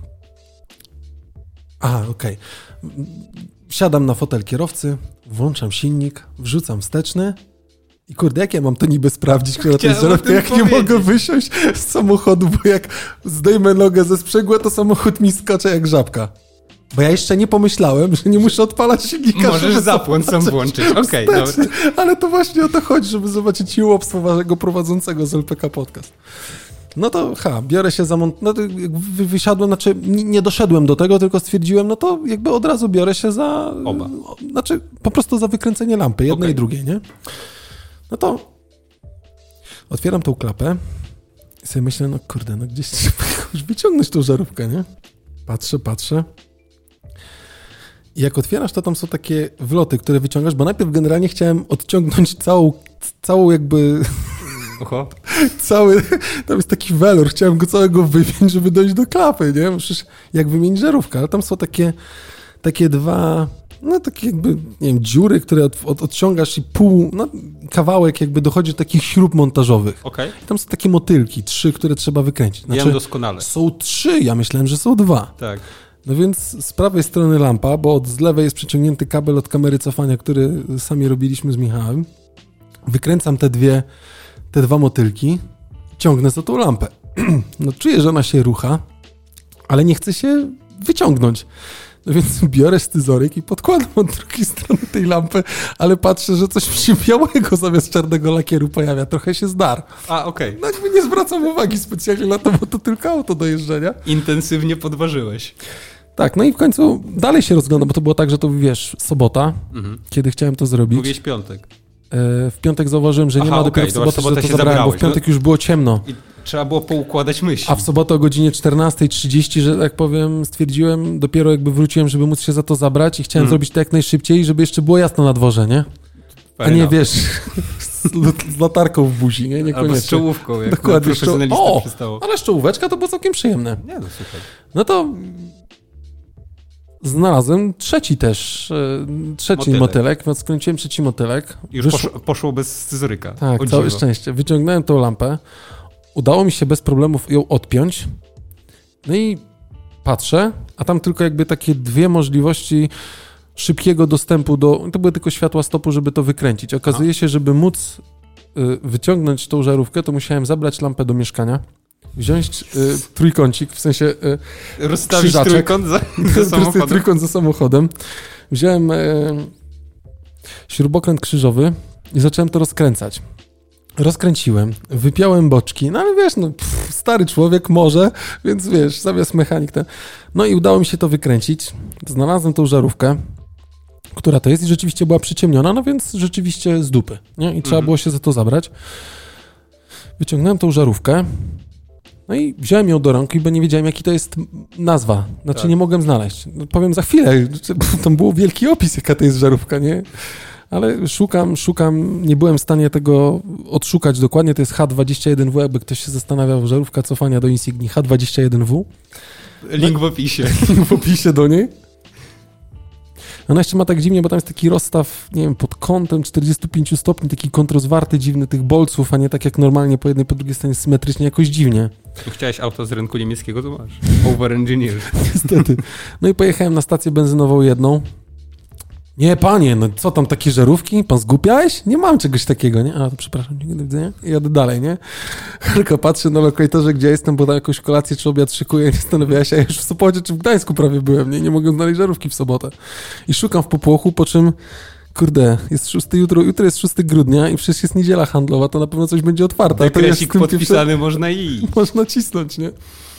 aha, okej. Siadam na fotel kierowcy, włączam silnik, wrzucam wsteczny i kurde, jak ja mam to niby sprawdzić, która to jest Chciałem o żarówka, tym jak nie powiedzieć. mogę wysiąść z samochodu, bo jak zdejmę nogę ze sprzęgła, to samochód mi skacze jak żabka. Bo ja jeszcze nie pomyślałem, że nie muszę odpalać silnika, Możesz żeby zapłon sam zobaczyć włączyć. Okej, wsteczny. dobra. Ale to właśnie o to chodzi, żeby zobaczyć jełopstwo waszego prowadzącego z L P K Podcast. No to ha, biorę się za mont... No to jak wy- wysiadłem, znaczy nie nie doszedłem do tego, tylko stwierdziłem, no to jakby od razu biorę się za... Oba. o, Znaczy po prostu za wykręcenie lampy, jednej Okej. i drugiej, nie? No to otwieram tą klapę i sobie myślę, no kurde, no gdzieś trzeba już wyciągnąć tą żarówkę, nie? Patrzę, patrzę. I jak otwierasz, to tam są takie wloty, które wyciągasz, bo najpierw generalnie chciałem odciągnąć całą, całą jakby... Oho. Cały, tam jest taki welor, chciałem go całego wymienić, żeby dojść do klapy, nie? Bo przecież jak wymienić żarówkę, ale tam są takie, takie dwa, no takie jakby, nie wiem, dziury, które od, od, odciągasz i pół, no kawałek jakby dochodzi do takich śrub montażowych. Okej. I tam są takie motylki, trzy, które trzeba wykręcić. Wiem Znaczy, doskonale. są trzy, ja myślałem, że są dwa. Tak. No więc z prawej strony lampa, bo od z lewej jest przeciągnięty kabel od kamery cofania, który sami robiliśmy z Michałem. wykręcam te dwie, te dwa motylki, ciągnę za tą lampę. No czuję, że ona się rucha, ale nie chce się wyciągnąć. No więc biorę scyzoryk i podkładam od drugiej strony tej lampy, ale patrzę, że coś mi się białego zamiast czarnego lakieru pojawia. Trochę się zdar. A, okej. No jakby nie zwracam uwagi specjalnie na to, bo to tylko auto do jeżdżenia. Intensywnie podważyłeś. Tak, no i w końcu dalej się rozglądam, bo to było tak, że to, wiesz, sobota, Mhm. kiedy chciałem to zrobić. Mówiłeś piątek. W piątek zauważyłem, że nie Aha, ma, dopiero okej, w to sobotę, w sobotę że to się zabrałem, bo w zabrałeś, piątek już było ciemno. I trzeba było poukładać myśli. A w sobotę o godzinie czternasta trzydzieści, że tak powiem, stwierdziłem, dopiero jakby wróciłem, żeby móc się za to zabrać i chciałem Mm. zrobić to jak najszybciej, żeby jeszcze było jasno na dworze, nie? A Fair nie, enough. wiesz, z, z latarką w buzi, nie? Albo z Niekoniecznie. czołówką, jak Dokładnie, na profesjonalista o! przystało. Ale z czołóweczka to było całkiem przyjemne. Nie, no super. No to znalazłem trzeci też, e, trzeci Motylek. motylek, więc skręciłem trzeci motylek. Już Wyszło- poszło, poszło bez scyzoryka. Tak, O całe dziwo. szczęście. Wyciągnąłem tą lampę, udało mi się bez problemów ją odpiąć, no i patrzę, a tam tylko jakby takie dwie możliwości szybkiego dostępu do... To były tylko światła stopu, żeby to wykręcić. Okazuje się, żeby móc y, wyciągnąć tą żarówkę, to musiałem zabrać lampę do mieszkania, wziąć y, trójkącik, w sensie y, Rozstawić krzyżaczek. trójkąt za, za Samochodem. samochodem. Trójkąt za samochodem. Wziąłem e, śrubokręt krzyżowy i zacząłem to rozkręcać. Rozkręciłem, wypiąłem boczki, no ale wiesz, no pff, stary człowiek może, więc wiesz, zamiast mechanik ten. No i udało mi się to wykręcić. Znalazłem tą żarówkę, która to jest i rzeczywiście była przyciemniona, no więc rzeczywiście z dupy, nie? I trzeba Mhm. było się za to zabrać. Wyciągnąłem tą żarówkę, no i wziąłem ją do rąk, bo nie wiedziałem, jaki to jest nazwa. Znaczy, Tak. nie mogłem znaleźć. No, powiem za chwilę, tam był wielki opis, jaka to jest żarówka, nie? Ale szukam, szukam, nie byłem w stanie tego odszukać dokładnie, to jest H dwadzieścia jeden W, jakby ktoś się zastanawiał, żarówka cofania do Insigni H dwadzieścia jeden W, Link w opisie. w opisie do niej. Ona jeszcze ma tak dziwnie, bo tam jest taki rozstaw, nie wiem, pod kątem czterdzieści pięć stopni, taki kąt rozwarty, dziwny tych bolców, a nie tak jak normalnie po jednej, po drugiej stronie symetrycznie, jakoś dziwnie. Tu chciałeś auto z rynku niemieckiego, to masz. Over-engineered. Niestety. No i pojechałem na stację benzynową jedną. Nie, panie, no co tam, takie żarówki? Pan zgłupiałeś? Nie mam czegoś takiego, nie? A, to przepraszam, dziękuję, do widzenia. I jadę dalej, nie? Tylko patrzę na lokatorze, gdzie jestem, bo na jakąś kolację czy obiad szykuję, nie zastanawiałem się, ja już w Sopocie czy w Gdańsku prawie byłem, nie? Nie mogę znaleźć żarówki w sobotę. I szukam w popłochu, po czym, kurde, jest szósty jutro, jutro jest szóstego grudnia i przecież jest niedziela handlowa, to na pewno coś będzie otwarte. a to jest Dekresik w tym podpisany, można i... Można cisnąć, nie?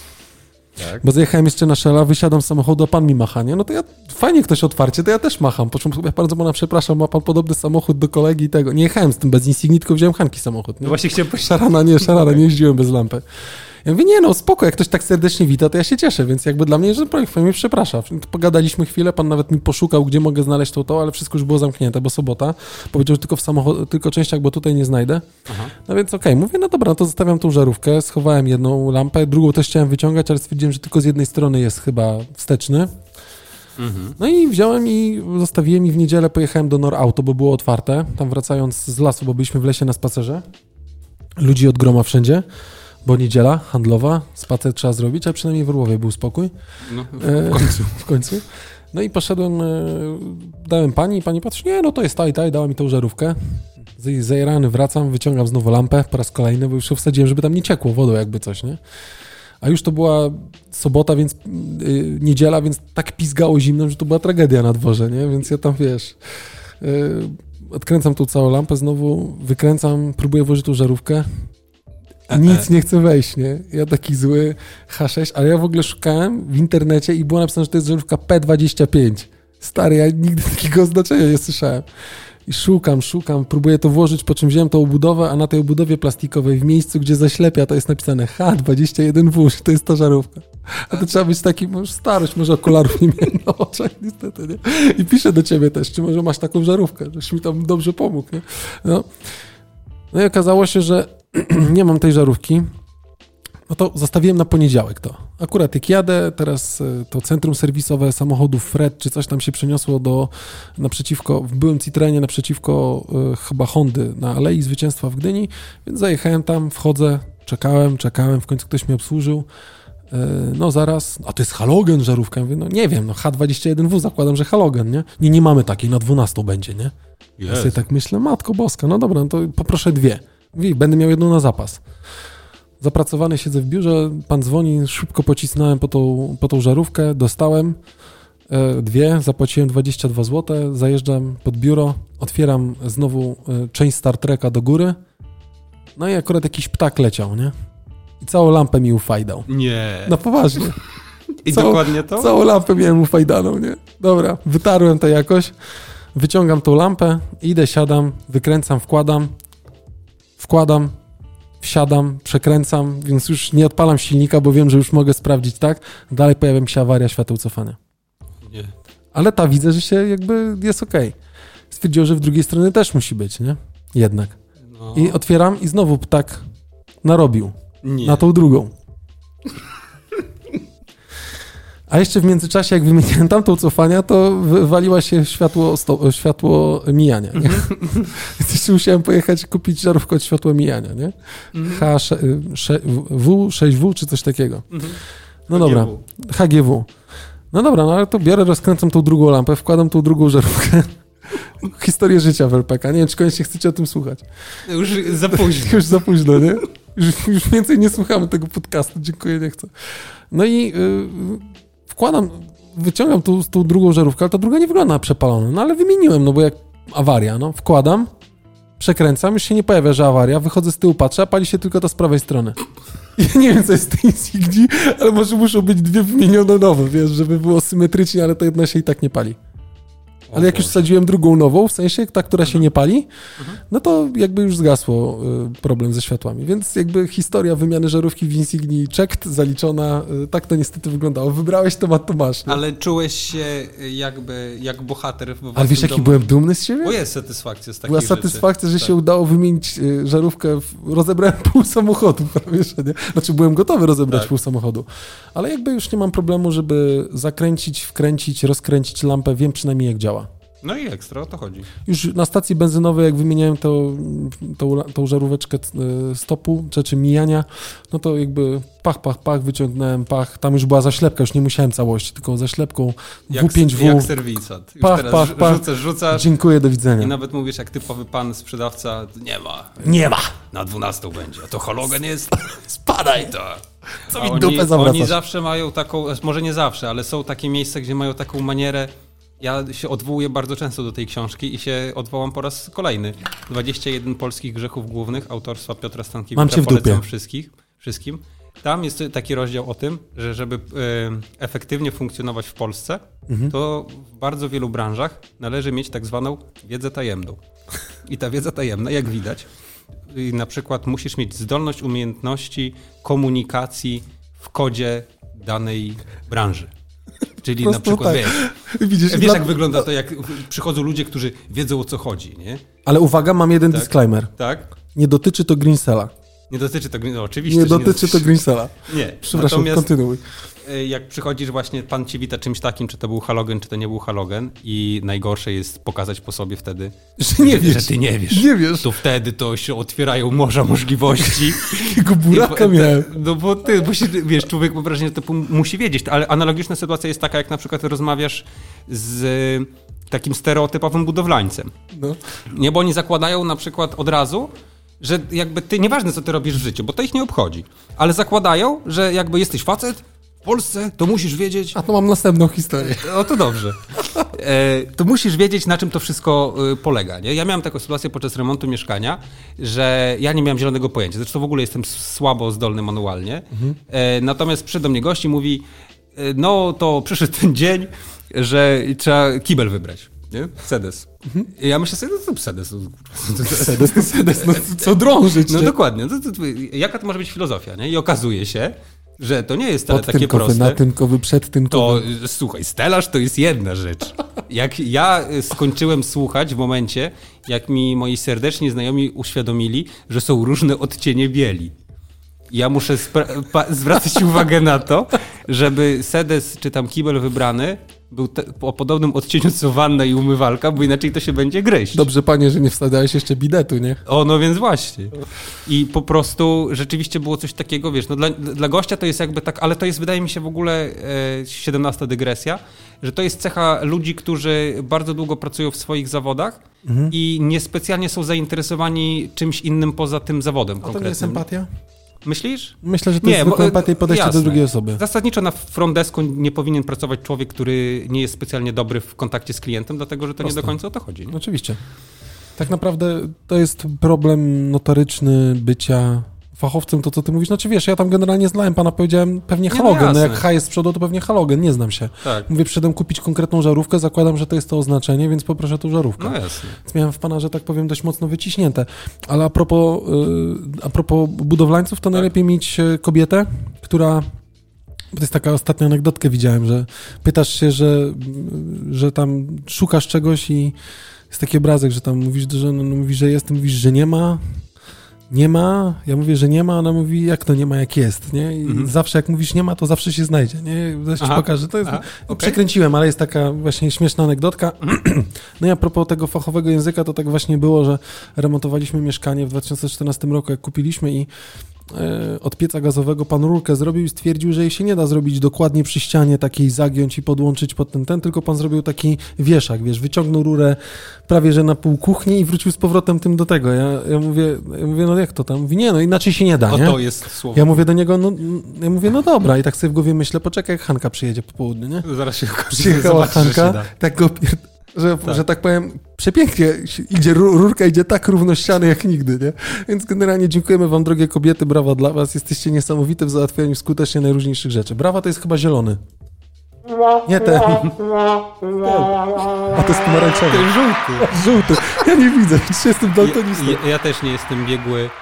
Tak. Bo zjechałem jeszcze na Shella, wysiadam z samochodu, a pan mi macha, nie? No to ja, fajnie ktoś otwarcie, to ja też macham. Po czym ja bardzo pana przepraszam, ma pan podobny samochód do kolegi i tego. Nie jechałem z tym bez Insigni, tylko wziąłem Hanki samochód, nie? No właśnie chciałem powiedzieć, Szarana, nie, szarana, nie jeździłem bez lampy. Ja mówię, nie no, spoko, jak ktoś tak serdecznie wita, to ja się cieszę, więc jakby dla mnie, że projekt mnie przeprasza. Pogadaliśmy chwilę, pan nawet mi poszukał, gdzie mogę znaleźć to, to, ale wszystko już było zamknięte, bo sobota. Powiedział, że tylko w samochód, tylko częściach, bo tutaj nie znajdę. Aha. No więc okej, mówię, no dobra, no to zostawiam tą żarówkę, schowałem jedną lampę, drugą też chciałem wyciągać, ale stwierdziłem, że tylko z jednej strony jest chyba wsteczny. Mhm. No i wziąłem i zostawiłem i w niedzielę pojechałem do Norauto, bo było otwarte, tam wracając z lasu, bo byliśmy w lesie na spacerze. Ludzi od groma wszędzie, bo niedziela handlowa, spacer trzeba zrobić, a przynajmniej w Orłowie był spokój. No, w E, końcu. W końcu. No i poszedłem, e, dałem pani i pani patrzy, nie, no to jest ta i ta i dała mi tą żarówkę. Z- Zajerany wracam, wyciągam znowu lampę po raz kolejny, bo już ją wsadziłem, żeby tam nie ciekło wodą jakby coś, nie? A już to była sobota, więc yy, niedziela, więc tak pizgało zimno, że to była tragedia na dworze, nie? Więc ja tam, wiesz, yy, odkręcam tą całą lampę znowu, wykręcam, próbuję włożyć tą żarówkę. Nic nie chce wejść, nie? Ja taki zły H sześć, ale ja w ogóle szukałem w internecie i było napisane, że to jest żarówka P dwadzieścia pięć. Stary, ja nigdy takiego oznaczenia nie słyszałem. I szukam, szukam, próbuję to włożyć, po czym wziąłem tą obudowę, a na tej obudowie plastikowej w miejscu, gdzie zaślepia, to jest napisane H dwadzieścia jeden W, że to jest ta żarówka. A to trzeba być taki, może starość, może okularów nie miałem na oczach, niestety, nie? I piszę do ciebie też, czy może masz taką żarówkę, żeś mi tam dobrze pomógł, nie? No, no i okazało się, że nie mam tej żarówki. No to zostawiłem na poniedziałek to. Akurat jak jadę, teraz to centrum serwisowe samochodów Fred, czy coś tam się przeniosło do naprzeciwko, w byłym Citroenie naprzeciwko y, chyba Hondy na Alei Zwycięstwa w Gdyni, więc zajechałem tam, wchodzę, czekałem, czekałem, w końcu ktoś mnie obsłużył. no zaraz, a to jest halogen żarówka. Ja mówię, no nie wiem, no H dwadzieścia jeden W zakładam, że halogen, nie? Nie, nie mamy takiej, na dwunastą będzie, nie? Ja sobie tak myślę, matko boska, no dobra, no to poproszę dwie. Mówi, będę miał jedną na zapas. Zapracowany siedzę w biurze, pan dzwoni, szybko pocisnąłem po tą, po tą żarówkę, dostałem e, dwie, zapłaciłem dwadzieścia dwa złote, zajeżdżam pod biuro, otwieram znowu e, część Star Treka do góry, no i akurat jakiś ptak leciał, nie? I całą lampę mi ufajdał. Nie. No poważnie. I całą, dokładnie to? Całą lampę miałem ufajdaną, nie? Dobra, wytarłem to jakoś, wyciągam tą lampę, idę, siadam, wykręcam, wkładam, wkładam, wsiadam, przekręcam, więc już nie odpalam silnika, bo wiem, że już mogę sprawdzić, tak? Dalej pojawia mi się awaria świateł cofania. Nie. Ale ta widzę, że się jakby jest okej. Okay. Stwierdził, że w drugiej stronie też musi być, nie? Jednak. No. I otwieram i znowu ptak narobił. Nie. Na tą drugą. A jeszcze w międzyczasie, jak wymieniłem tamtą cofania, to wywaliła się światło, sto, światło mijania. Nie? Więc jeszcze musiałem pojechać kupić żarówkę od światła mijania, nie? H W sześć W czy coś takiego. No dobra, H G W. No dobra, no ale to biorę, rozkręcam tą drugą lampę, wkładam tą drugą żarówkę. Historię życia w L P K. Nie wiem, czy koniecznie chcecie o tym słuchać. Już za późno. Już za późno, nie? Już, już więcej nie słuchamy tego podcastu. Dziękuję, nie chcę. No i yy, wkładam, wyciągam tą, tą drugą żarówkę, ale ta druga nie wygląda na przepalona. No ale wymieniłem, no bo jak awaria, no. Wkładam, przekręcam, już się nie pojawia, że awaria. Wychodzę z tyłu, patrzę, a pali się tylko ta z prawej strony. Ja nie wiem, co jest w tej Insignii, ale może muszą być dwie wymienione nowe, wiesz, żeby było symetrycznie, ale to jedna się i tak nie pali. Ale jak już wsadziłem drugą nową, w sensie ta, która się nie pali, no to jakby już zgasło y, problem ze światłami. Więc jakby historia wymiany żarówki w Insignii checked, zaliczona, y, tak to niestety wyglądało. Wybrałeś temat, to masz. Nie? Ale czułeś się jakby jak bohater w Ale wiesz, jaki domu. Byłem dumny z siebie? Bo jest satysfakcja z takich Była rzeczy. satysfakcja, że tak. się udało wymienić y, żarówkę. W... Rozebrałem pół samochodu prawie, że nie? Znaczy byłem gotowy rozebrać tak. pół samochodu. Ale jakby już nie mam problemu, żeby zakręcić, wkręcić, rozkręcić lampę. Wiem przynajmniej, jak działa. No i ekstra, o to chodzi. Już na stacji benzynowej, jak wymieniałem tą, tą, tą żaróweczkę stopu, czy, czy mijania, no to jakby pach, pach, pach, wyciągnąłem, pach, tam już była zaślepka, już nie musiałem całości, tylko zaślepką W pięć W. Jak serwisat. Już pach, teraz pach, pach. Rzucasz, rzucasz. Dziękuję, do widzenia. I nawet mówisz, jak typowy pan sprzedawca, nie ma. Nie ma. Na dwunastą będzie. A to halogen jest? Spadaj. To. Co mi dupę zawracasz? Oni zawsze mają taką, może nie zawsze, ale są takie miejsca, gdzie mają taką manierę. Ja się odwołuję bardzo często do tej książki i się odwołam po raz kolejny. dwadzieścia jeden polskich grzechów głównych autorstwa Piotra Stankiewicza. Mam cię w dupie. Polecam wszystkich, wszystkim. Tam jest taki rozdział o tym, że żeby y, efektywnie funkcjonować w Polsce, mhm. to w bardzo wielu branżach należy mieć tak zwaną wiedzę tajemną. I ta wiedza tajemna, jak widać, y, na przykład musisz mieć zdolność, umiejętności komunikacji w kodzie danej branży. Czyli na przykład, tak. wiesz, Widzisz, wiesz dla... jak wygląda to, jak przychodzą ludzie, którzy wiedzą, o co chodzi, nie? Ale uwaga, mam jeden tak? disclaimer. Tak? Nie dotyczy to Greensela. Nie dotyczy to, no oczywiście, Nie dotyczy nie dotyczy to Greensela. Nie. Przepraszam, Natomiast kontynuuj. Jak przychodzisz właśnie, pan ci wita czymś takim, czy to był halogen, czy to nie był halogen i najgorsze jest pokazać po sobie wtedy, że nie wiesz. Że ty nie wiesz. Nie wiesz. To wtedy to się otwierają morza możliwości. Jakiego buraka I, miałem. No bo ty, bo się, wiesz, człowiek mam wrażenie, że to musi wiedzieć, ale analogiczna sytuacja jest taka, jak na przykład rozmawiasz z takim stereotypowym budowlańcem. No. Nie, bo oni zakładają na przykład od razu, że jakby ty, nieważne co ty robisz w życiu, bo to ich nie obchodzi, ale zakładają, że jakby jesteś facet w Polsce, to musisz wiedzieć... A to mam następną historię. O, to dobrze. E, to musisz wiedzieć, na czym to wszystko y, polega, nie? Ja miałem taką sytuację podczas remontu mieszkania, że ja nie miałem zielonego pojęcia. Zresztą w ogóle jestem słabo zdolny manualnie. Mhm. E, natomiast przyszedł do mnie gość i mówi, e, no to przyszedł ten dzień, że trzeba kibel wybrać. Nie? Sedes. Mhm. I ja myślę sobie, no to sedes. Sedes to sedes, no co drążyć. No dokładnie. No, to, to, jaka to może być filozofia, nie? I okazuje się, że to nie jest wcale takie proste. Natynkowy, przedtynkowy. To słuchaj, stelaż to jest jedna rzecz. Jak ja skończyłem słuchać w momencie, jak mi moi serdeczni znajomi uświadomili, że są różne odcienie bieli. Ja muszę zwracać uwagę na to, żeby sedes czy tam kibel wybrany był te, o podobnym odcieniu co wanna i umywalka, bo inaczej to się będzie gryźć. Dobrze, panie, że nie wsadzałeś jeszcze bidetu, nie? O, no więc właśnie. I po prostu rzeczywiście było coś takiego, wiesz, no dla, dla gościa to jest jakby tak, ale to jest, wydaje mi się, w ogóle e, siedemnasta dygresja, że to jest cecha ludzi, którzy bardzo długo pracują w swoich zawodach mhm. i niespecjalnie są zainteresowani czymś innym poza tym zawodem A konkretnym. to nie jest empatia? Myślisz? Myślę, że to nie, jest zwykła empatia i podejście jasne. do drugiej osoby. Zasadniczo na front desku nie powinien pracować człowiek, który nie jest specjalnie dobry w kontakcie z klientem, dlatego że to Prosto. nie do końca o to chodzi. Nie? Oczywiście. Tak naprawdę to jest problem notoryczny bycia fachowcem, to co ty mówisz. Znaczy wiesz, ja tam generalnie znałem pana, powiedziałem pewnie halogen. No, no jak H jest z przodu, to pewnie halogen, nie znam się. Tak. Mówię, przyszedłem kupić konkretną żarówkę, zakładam, że to jest to oznaczenie, więc poproszę tą żarówkę. No jasne. Więc miałem w pana, że tak powiem, dość mocno wyciśnięte. Ale a propos, yy, a propos budowlańców, to tak. najlepiej mieć kobietę, która... Bo to jest taka ostatnia anegdotkę widziałem, że pytasz się, że, że tam szukasz czegoś i jest taki obrazek, że tam mówisz, że, no, mówisz, że jest, mówisz, że nie ma, nie ma, ja mówię, że nie ma, ona mówi, jak to nie ma, jak jest, nie? I mhm. zawsze jak mówisz nie ma, to zawsze się znajdzie, nie? Zaś ci pokażę, to jest, aha, okay. Przekręciłem, ale jest taka właśnie śmieszna anegdotka. No i a propos tego fachowego języka, to tak właśnie było, że remontowaliśmy mieszkanie w dwa tysiące czternastym roku, jak kupiliśmy i od pieca gazowego pan rurkę zrobił i stwierdził, że jej się nie da zrobić dokładnie przy ścianie takiej, zagiąć i podłączyć pod ten, ten, tylko pan zrobił taki wieszak, wiesz, wyciągnął rurę prawie, że na pół kuchni i wrócił z powrotem tym do tego. Ja, ja mówię, ja mówię, no jak to tam? Mówi, nie, no inaczej się nie da, nie? O, to jest słowo. Ja mówię do niego, no, ja mówię, no dobra i tak sobie w głowie myślę, poczekaj, jak Hanka przyjedzie po południu, nie? Zaraz się przyjechała Hanka, tak go pier... Że tak. że tak powiem, przepięknie idzie, rurka idzie tak równo ściany jak nigdy, nie? Więc generalnie dziękujemy wam, drogie kobiety, brawa dla was, jesteście niesamowite w załatwianiu skutecznie najróżniejszych rzeczy. Brawa to jest chyba zielony. Nie ten. A to jest pomarańczowy. To jest żółty. Żółty. Ja nie widzę, czy jestem daltonistą. Ja, ja też nie jestem biegły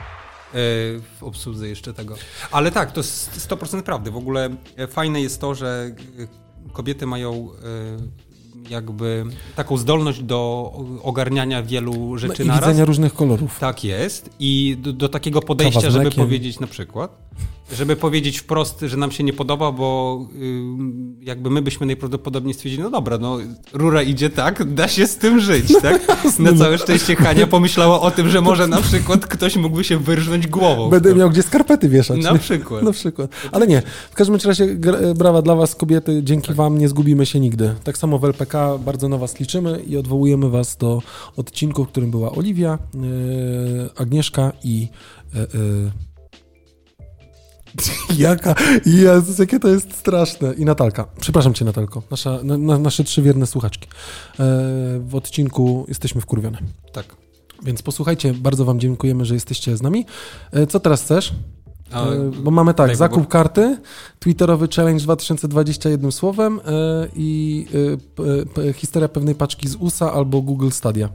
w obsłudze jeszcze tego. Ale tak, to jest sto procent prawdy. W ogóle fajne jest to, że kobiety mają jakby taką zdolność do ogarniania wielu rzeczy no naraz. I widzenia różnych kolorów. Tak jest. I do, do takiego podejścia, żeby powiedzieć na przykład, żeby powiedzieć wprost, że nam się nie podoba, bo y, jakby my byśmy najprawdopodobniej stwierdzili, no dobra, no rura idzie tak, da się z tym żyć, tak? Na całe szczęście Hania pomyślała o tym, że może na przykład ktoś mógłby się wyrżnąć głową. Będę miał gdzie skarpety wieszać. Na przykład. Na przykład. Ale nie, w każdym razie brawa dla was, kobiety, dzięki tak. wam nie zgubimy się nigdy. Tak samo w L P K bardzo na was liczymy i odwołujemy was do odcinku, w którym była Oliwia, yy, Agnieszka i yy, yy, Jaka? Jezus, jakie to jest straszne. I Natalka. Przepraszam cię, Natalko. Nasza, na, na, nasze trzy wierne słuchaczki. E, w odcinku jesteśmy wkurwione. Tak. Więc posłuchajcie, bardzo wam dziękujemy, że jesteście z nami. E, co teraz chcesz? A, e, bo mamy tak, zakup bo... karty, twitterowy challenge dwa tysiące dwadzieścia jednym słowem e, i e, p, historia pewnej paczki z U S A albo Google Stadia.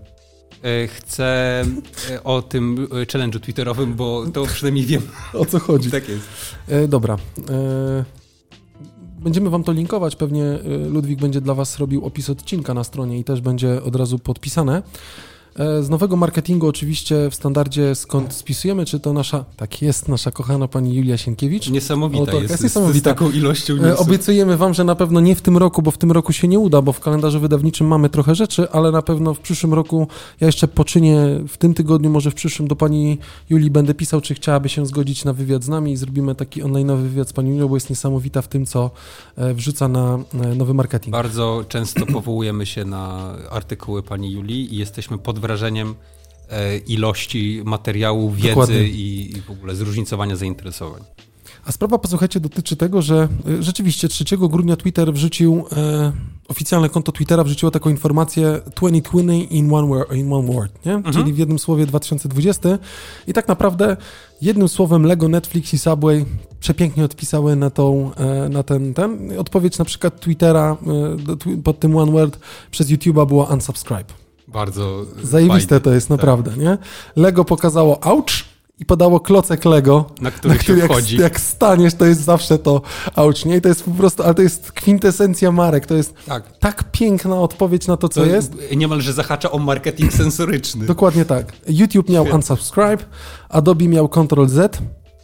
Chcę o tym challenge'u twitterowym, bo to przynajmniej wiem. O co chodzi. Tak jest. E, dobra. E, będziemy wam to linkować. Pewnie Ludwik będzie dla was robił opis odcinka na stronie i też będzie od razu podpisane. Z nowego marketingu oczywiście w standardzie skąd spisujemy, czy to nasza, tak jest, nasza kochana pani Julia Sienkiewicz. Niesamowita Autorka, jest, jest niesamowita. Z taką ilością newsów. Obiecujemy wam, że na pewno nie w tym roku, bo w tym roku się nie uda, bo w kalendarzu wydawniczym mamy trochę rzeczy, ale na pewno w przyszłym roku, ja jeszcze poczynię w tym tygodniu, może w przyszłym do pani Julii będę pisał, czy chciałaby się zgodzić na wywiad z nami i zrobimy taki online'owy wywiad z panią Julią, bo jest niesamowita w tym, co wrzuca na nowy marketing. Bardzo często powołujemy się na artykuły pani Julii i jesteśmy pod wrażeniem ilości materiału, wiedzy i, i w ogóle zróżnicowania zainteresowań. A sprawa, posłuchajcie, dotyczy tego, że rzeczywiście trzeciego grudnia Twitter wrzucił, e, oficjalne konto Twittera wrzuciło taką informację dwadzieścia dwadzieścia in one word, in one word nie? Mhm. Czyli w jednym słowie dwa tysiące dwudziesty i tak naprawdę jednym słowem Lego, Netflix i Subway przepięknie odpisały na, tą, e, na ten, ten. Odpowiedź na przykład Twittera e, pod tym one word przez YouTube'a była unsubscribe. Bardzo zajebiste fajne. To jest, naprawdę, tak. Nie? Lego pokazało ouch i podało klocek Lego, na który, na który się wchodzi. Jak, jak staniesz, to jest zawsze to ouch, nie? I to jest po prostu, ale to jest kwintesencja marek, to jest tak, tak piękna odpowiedź na to, co to jest. Niemalże zahacza o marketing sensoryczny. Dokładnie tak. YouTube miał Świetnie. unsubscribe, Adobe miał control Z,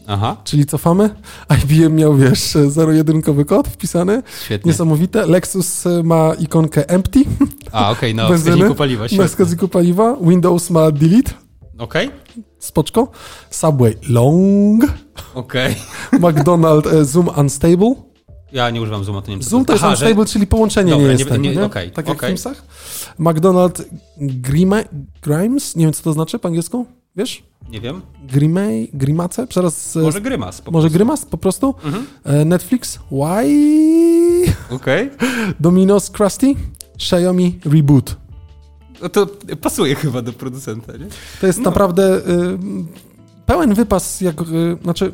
Aha. Czyli cofamy. I B M miał, wiesz, zero-jedynkowy kod wpisany. Świetnie. Niesamowite. Lexus ma ikonkę empty. A, okej, okay, na Benzyny, wskaźniku paliwa. na Świetnie. wskaźniku paliwa. Windows ma delete. Okej. Okay. Spoczko. Subway long. Okej. Okay. McDonald e, zoom unstable. Ja nie używam zooma, to nie wiem. Zoom to jest Aha, unstable, że... czyli połączenie Dobra, nie jest nie, tego, nie, nie? Okay, tak jak okay. w Teamsach. McDonald Grima, Grimes, nie wiem co to znaczy po angielsku, wiesz? Nie wiem. Grimay, Grimace? Przeraz, może Grymas. Po może prostu. Grymas po prostu? Mhm. E, Netflix, Why? Okej. Okay. Domino's Krusty, Xiaomi Reboot. No to pasuje chyba do producenta, nie? To jest no. naprawdę y, pełen wypas, jak, y, znaczy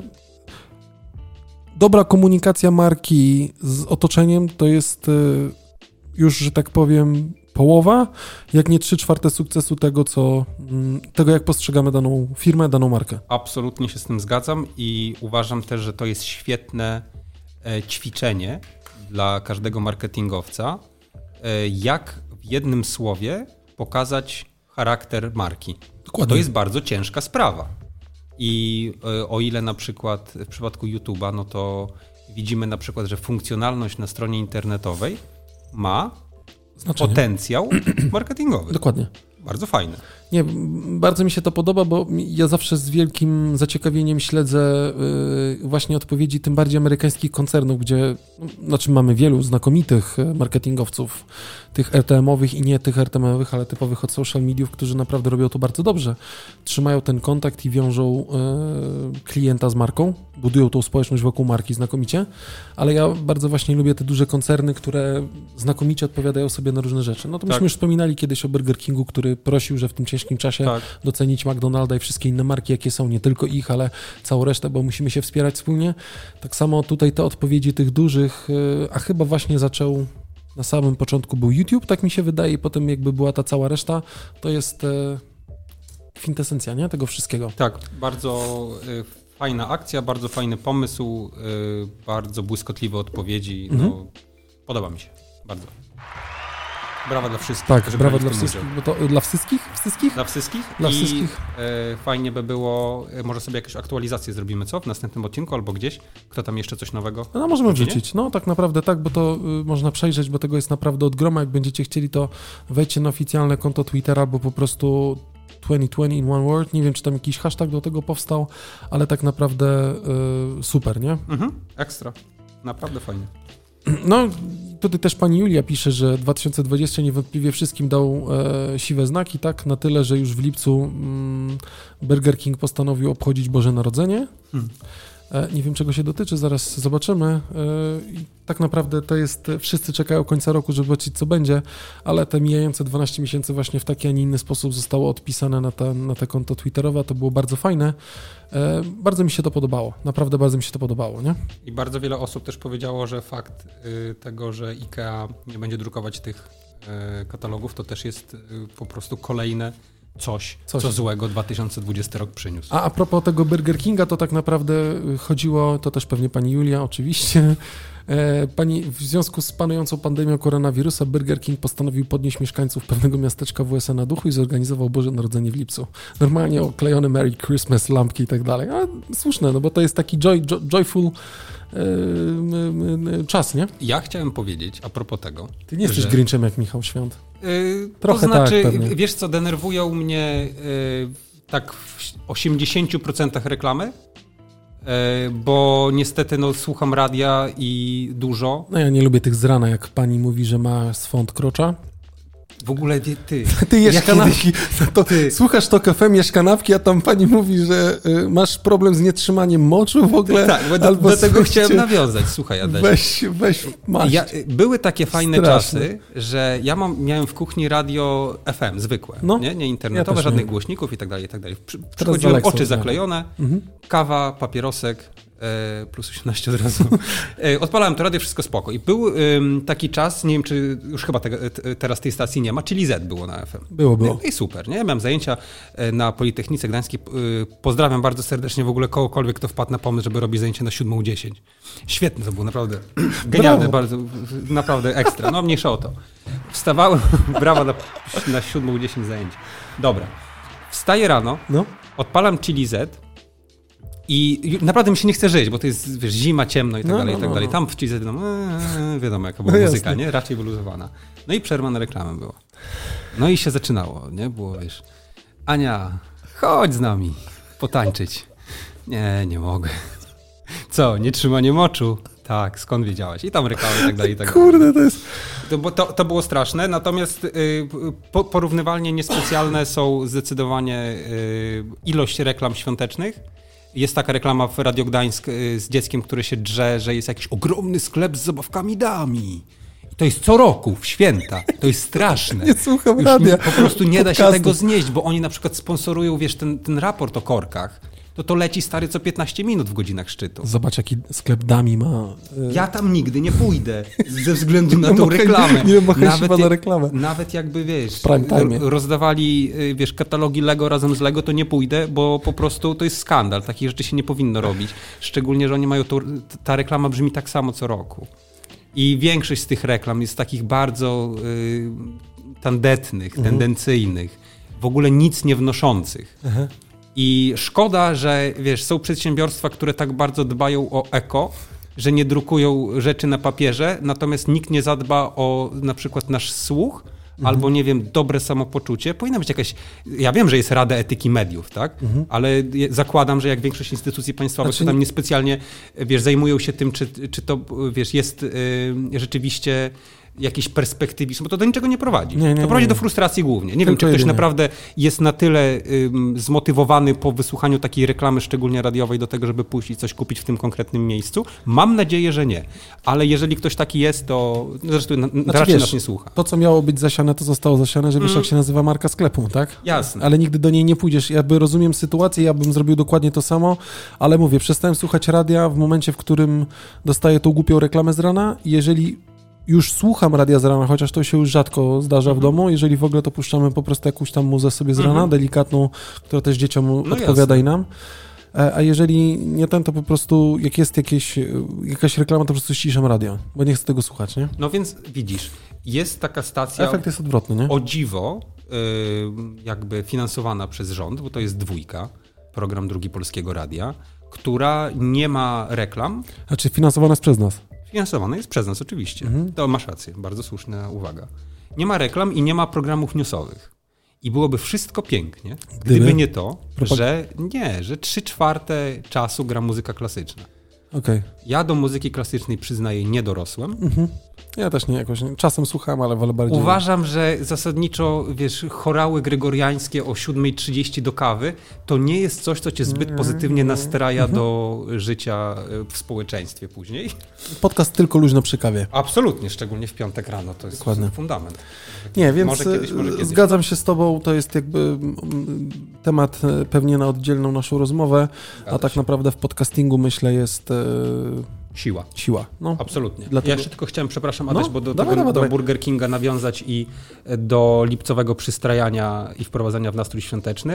dobra komunikacja marki z otoczeniem to jest y, już, że tak powiem, połowa, jak nie trzy czwarte sukcesu tego, co, y, tego, jak postrzegamy daną firmę, daną markę. Absolutnie się z tym zgadzam i uważam też, że to jest świetne e, ćwiczenie dla każdego marketingowca, e, jak w jednym słowie pokazać charakter marki. Dokładnie. To jest bardzo ciężka sprawa. I y, o ile na przykład w przypadku YouTube'a, no to widzimy na przykład, że funkcjonalność na stronie internetowej ma Znaczenie. potencjał marketingowy. Dokładnie. Bardzo fajne. Nie, bardzo mi się to podoba, bo ja zawsze z wielkim zaciekawieniem śledzę yy, właśnie odpowiedzi tym bardziej amerykańskich koncernów, gdzie, no, znaczy mamy wielu znakomitych marketingowców, tych R T M-owych i nie tych R T M-owych, ale typowych od social mediów, którzy naprawdę robią to bardzo dobrze. Trzymają ten kontakt i wiążą yy, klienta z marką, budują tą społeczność wokół marki znakomicie, ale ja bardzo właśnie lubię te duże koncerny, które znakomicie odpowiadają sobie na różne rzeczy. No to myśmy tak. już wspominali kiedyś o Burger Kingu, który prosił, że w tym ciężkim czasie tak. docenić McDonalda i wszystkie inne marki, jakie są, nie tylko ich, ale całą resztę, bo musimy się wspierać wspólnie. Tak samo tutaj te odpowiedzi tych dużych, a chyba właśnie zaczął na samym początku był YouTube, tak mi się wydaje, i potem jakby była ta cała reszta, to jest kwintesencja, nie? Tego wszystkiego. Tak, bardzo fajna akcja, bardzo fajny pomysł, bardzo błyskotliwe odpowiedzi, no, mhm. podoba mi się, bardzo. Brawa dla wszystkich. Tak, brawa dla wszystkich. Bo to, dla wszystkich? Wszystkich? Dla wszystkich. Dla I wszystkich. E, fajnie by było, e, może sobie jakąś aktualizację zrobimy, co? W następnym odcinku albo gdzieś? Kto tam jeszcze coś nowego? No, możemy wrzucić. No tak naprawdę tak, bo to y, można przejrzeć, bo tego jest naprawdę od groma. Jak będziecie chcieli, to wejdźcie na oficjalne konto Twittera, bo po prostu dwadzieścia dwadzieścia in one word. Nie wiem, czy tam jakiś hashtag do tego powstał, ale tak naprawdę y, super, nie? Mhm. Ekstra. Naprawdę fajnie. No, tutaj też pani Julia pisze, że dwa tysiące dwudziesty niewątpliwie wszystkim dał e, siwe znaki, tak? Na tyle, że już w lipcu mm, Burger King postanowił obchodzić Boże Narodzenie. Hmm. E, nie wiem, czego się dotyczy, zaraz zobaczymy. E, tak naprawdę to jest, wszyscy czekają końca roku, żeby zobaczyć, co będzie, ale te mijające dwanaście miesięcy właśnie w taki, a nie inny sposób zostało odpisane na te, na te konto twitterowe. To było bardzo fajne. E, bardzo mi się to podobało. Naprawdę bardzo mi się to podobało, nie? I bardzo wiele osób też powiedziało, że fakt y, tego, że IKEA nie będzie drukować tych y, katalogów, to też jest y, po prostu kolejne coś, coś, co złego dwa tysiące dwudziesty rok przyniósł. A a propos tego Burger Kinga, to tak naprawdę chodziło, to też pewnie pani Julia oczywiście, e, pani, w związku z panującą pandemią koronawirusa Burger King postanowił podnieść mieszkańców pewnego miasteczka w U S A na duchu i zorganizował Boże Narodzenie w lipcu. Normalnie oklejone Merry Christmas, lampki i tak dalej. Ale słuszne, no bo to jest taki joy, joy, joyful Yy, czas, nie? Ja chciałem powiedzieć, a propos tego... Ty nie jesteś że... Grinchem jak Michał Świąt. Yy, Trochę to znaczy, tak, pewnie. Wiesz co, denerwują mnie yy, tak w osiemdziesięciu procentach reklamy, yy, bo niestety no, słucham radia i dużo. No ja nie lubię tych z rana, jak pani mówi, że ma swąd krocza. W ogóle ty. Ty jesz ja kanapki. Kiedyś, to ty. Słuchasz Tok F M, jesz kanapki, a tam pani mówi, że y, masz problem z nietrzymaniem moczu w ogóle. Tak, bo do, do tego chciałem nawiązać. Słuchaj, Adaś. Weź, weź maść. Ja, były takie fajne Straszne. czasy, że ja mam, miałem w kuchni radio F M zwykłe, no. nie, nie internetowe, ja żadnych nie. głośników i tak dalej, i tak dalej. Przy, przychodziłem, oczy zaklejone, mhm. kawa, papierosek, plus osiemnaście od razu. Odpalałem to radio, wszystko spoko. I był um, taki czas, nie wiem, czy już chyba te, te, teraz tej stacji nie ma, czyli Z było na F M. Było, było. I super, nie? Miałem zajęcia na Politechnice Gdańskiej. Pozdrawiam bardzo serdecznie w ogóle kogokolwiek, kto wpadł na pomysł, żeby robić zajęcie na siódmą dziesięć. Świetne to było, naprawdę. Genialne, brawo. Bardzo, naprawdę ekstra. No mniejsza o to. Wstawałem, brawa na, na siódmą dziesięć zajęć. Dobra. Wstaję rano, no. odpalam Chili Z, I naprawdę mi się nie chce żyć, bo to jest, wiesz, zima, ciemno i tak No, dalej, no, i tak no, dalej. no. Tam w ci wiadomo, ee, wiadomo jaka była No muzyka, jasne. nie? Raczej wyluzowana. No i przerwa na reklamę była. No i się zaczynało, nie? Było, wiesz, Ania, chodź z nami potańczyć. Nie, nie mogę. Co, nie trzymanie moczu? Tak, skąd wiedziałeś? I tam reklamy i tak dalej, i tak dalej. Kurde, to jest... To, bo to, to było straszne, natomiast y, po, porównywalnie niespecjalne są zdecydowanie y, ilość reklam świątecznych. Jest taka reklama w Radio Gdańsk y, z dzieckiem, które się drze, że jest jakiś ogromny sklep z zabawkami dami. I to jest co roku, w święta. To jest straszne. Nie słucham Już radia. nie, po prostu nie da się Podcastu. tego znieść, bo oni na przykład sponsorują, wiesz, ten, ten raport o korkach. To to leci, stary, co piętnaście minut w godzinach szczytu. Zobacz, jaki sklep Dami ma... y, Ja tam nigdy nie pójdę ze względu na Nie tą ma chęci- reklamę. nie ma chęci Nawet na jak- reklamę. Nawet jakby, wiesz, prime time. ro- rozdawali, y, wiesz, katalogi Lego razem z Lego, to nie pójdę, bo po prostu to jest skandal. Takich rzeczy się nie powinno robić. Szczególnie, że oni mają to, ta reklama brzmi tak samo co roku. I większość z tych reklam jest takich bardzo y, tandetnych, Mhm. tendencyjnych, w ogóle nic nie wnoszących. Aha. I szkoda, że wiesz, są przedsiębiorstwa, które tak bardzo dbają o eko, że nie drukują rzeczy na papierze, natomiast nikt nie zadba o na przykład nasz słuch, Mhm. albo nie wiem, dobre samopoczucie. Powinna być jakaś, ja wiem, że jest Rada Etyki Mediów, tak? Ale je- zakładam, że jak większość instytucji państwowych, Mhm. Znaczy- to tam niespecjalnie, wiesz, zajmują się tym, czy, czy to, wiesz, jest y, rzeczywiście jakiś perspektywizm, bo to do niczego nie prowadzi. Nie, nie, to prowadzi nie. do frustracji głównie. Nie wiem, Tylko czy ktoś jedynie. naprawdę jest na tyle ym, zmotywowany po wysłuchaniu takiej reklamy, szczególnie radiowej, do tego, żeby pójść i coś kupić w tym konkretnym miejscu. Mam nadzieję, że nie. Ale jeżeli ktoś taki jest, to zresztą na, Znaczy, raczej wiesz, nas nie słucha. To, co miało być zasiane, to zostało zasiane, że wiesz, Mm. jak się nazywa marka sklepu, tak? Jasne. Ale nigdy do niej nie pójdziesz. Jakby rozumiem sytuację, ja bym zrobił dokładnie to samo, ale mówię, przestałem słuchać radia w momencie, w którym dostaję tą głupią reklamę z rana i jeżeli już słucham radia z rana, chociaż to się już rzadko zdarza w domu, jeżeli w ogóle to puszczamy po prostu jakąś tam muzę sobie z rana, Mhm. delikatną, która też dzieciom No odpowiada jasne. i nam. E, A jeżeli nie ten, to po prostu jak jest jakieś, e, jakaś reklama, to po prostu ściszam radio, bo nie chcę tego słuchać, nie? No więc widzisz, jest taka stacja Efekt jest odwrotny, nie? o dziwo y, jakby finansowana przez rząd, bo to jest Dwójka, program Drugi Polskiego Radia, która nie ma reklam. Znaczy finansowana jest przez nas. Finansowana jest przez nas oczywiście. Mhm. To masz rację, bardzo słuszna uwaga. Nie ma reklam i nie ma programów newsowych. I byłoby wszystko pięknie, gdyby, Gdyby? nie to, Propag- że nie, że trzy czwarte czasu gra muzyka klasyczna. Okej. Ja do muzyki klasycznej przyznaję nie dorosłem. Mhm. Ja też nie jakoś, nie. Czasem słucham, ale wolę bardziej... Uważam, że zasadniczo, wiesz, chorały gregoriańskie o siódma trzydzieści do kawy, to nie jest coś, co cię zbyt pozytywnie nastraja do życia e, w społeczeństwie później. Podcast tylko luźno przy kawie. Absolutnie, szczególnie w piątek rano, to jest Dokładnie. fundament. Nie, więc Może kiedyś, może e, kiedyś. zgadzam się z tobą, to jest jakby mm, temat e, pewnie na oddzielną naszą rozmowę, a Zgadza tak się. naprawdę w podcastingu myślę jest e, Siła. siła. No. Absolutnie. Dlatego- Ja jeszcze tylko chciałem, przepraszam No, Adaś, bo do, dawaj, tego, dawaj, do dawaj. Burger Kinga nawiązać i do lipcowego przystrajania i wprowadzania w nastrój świąteczny.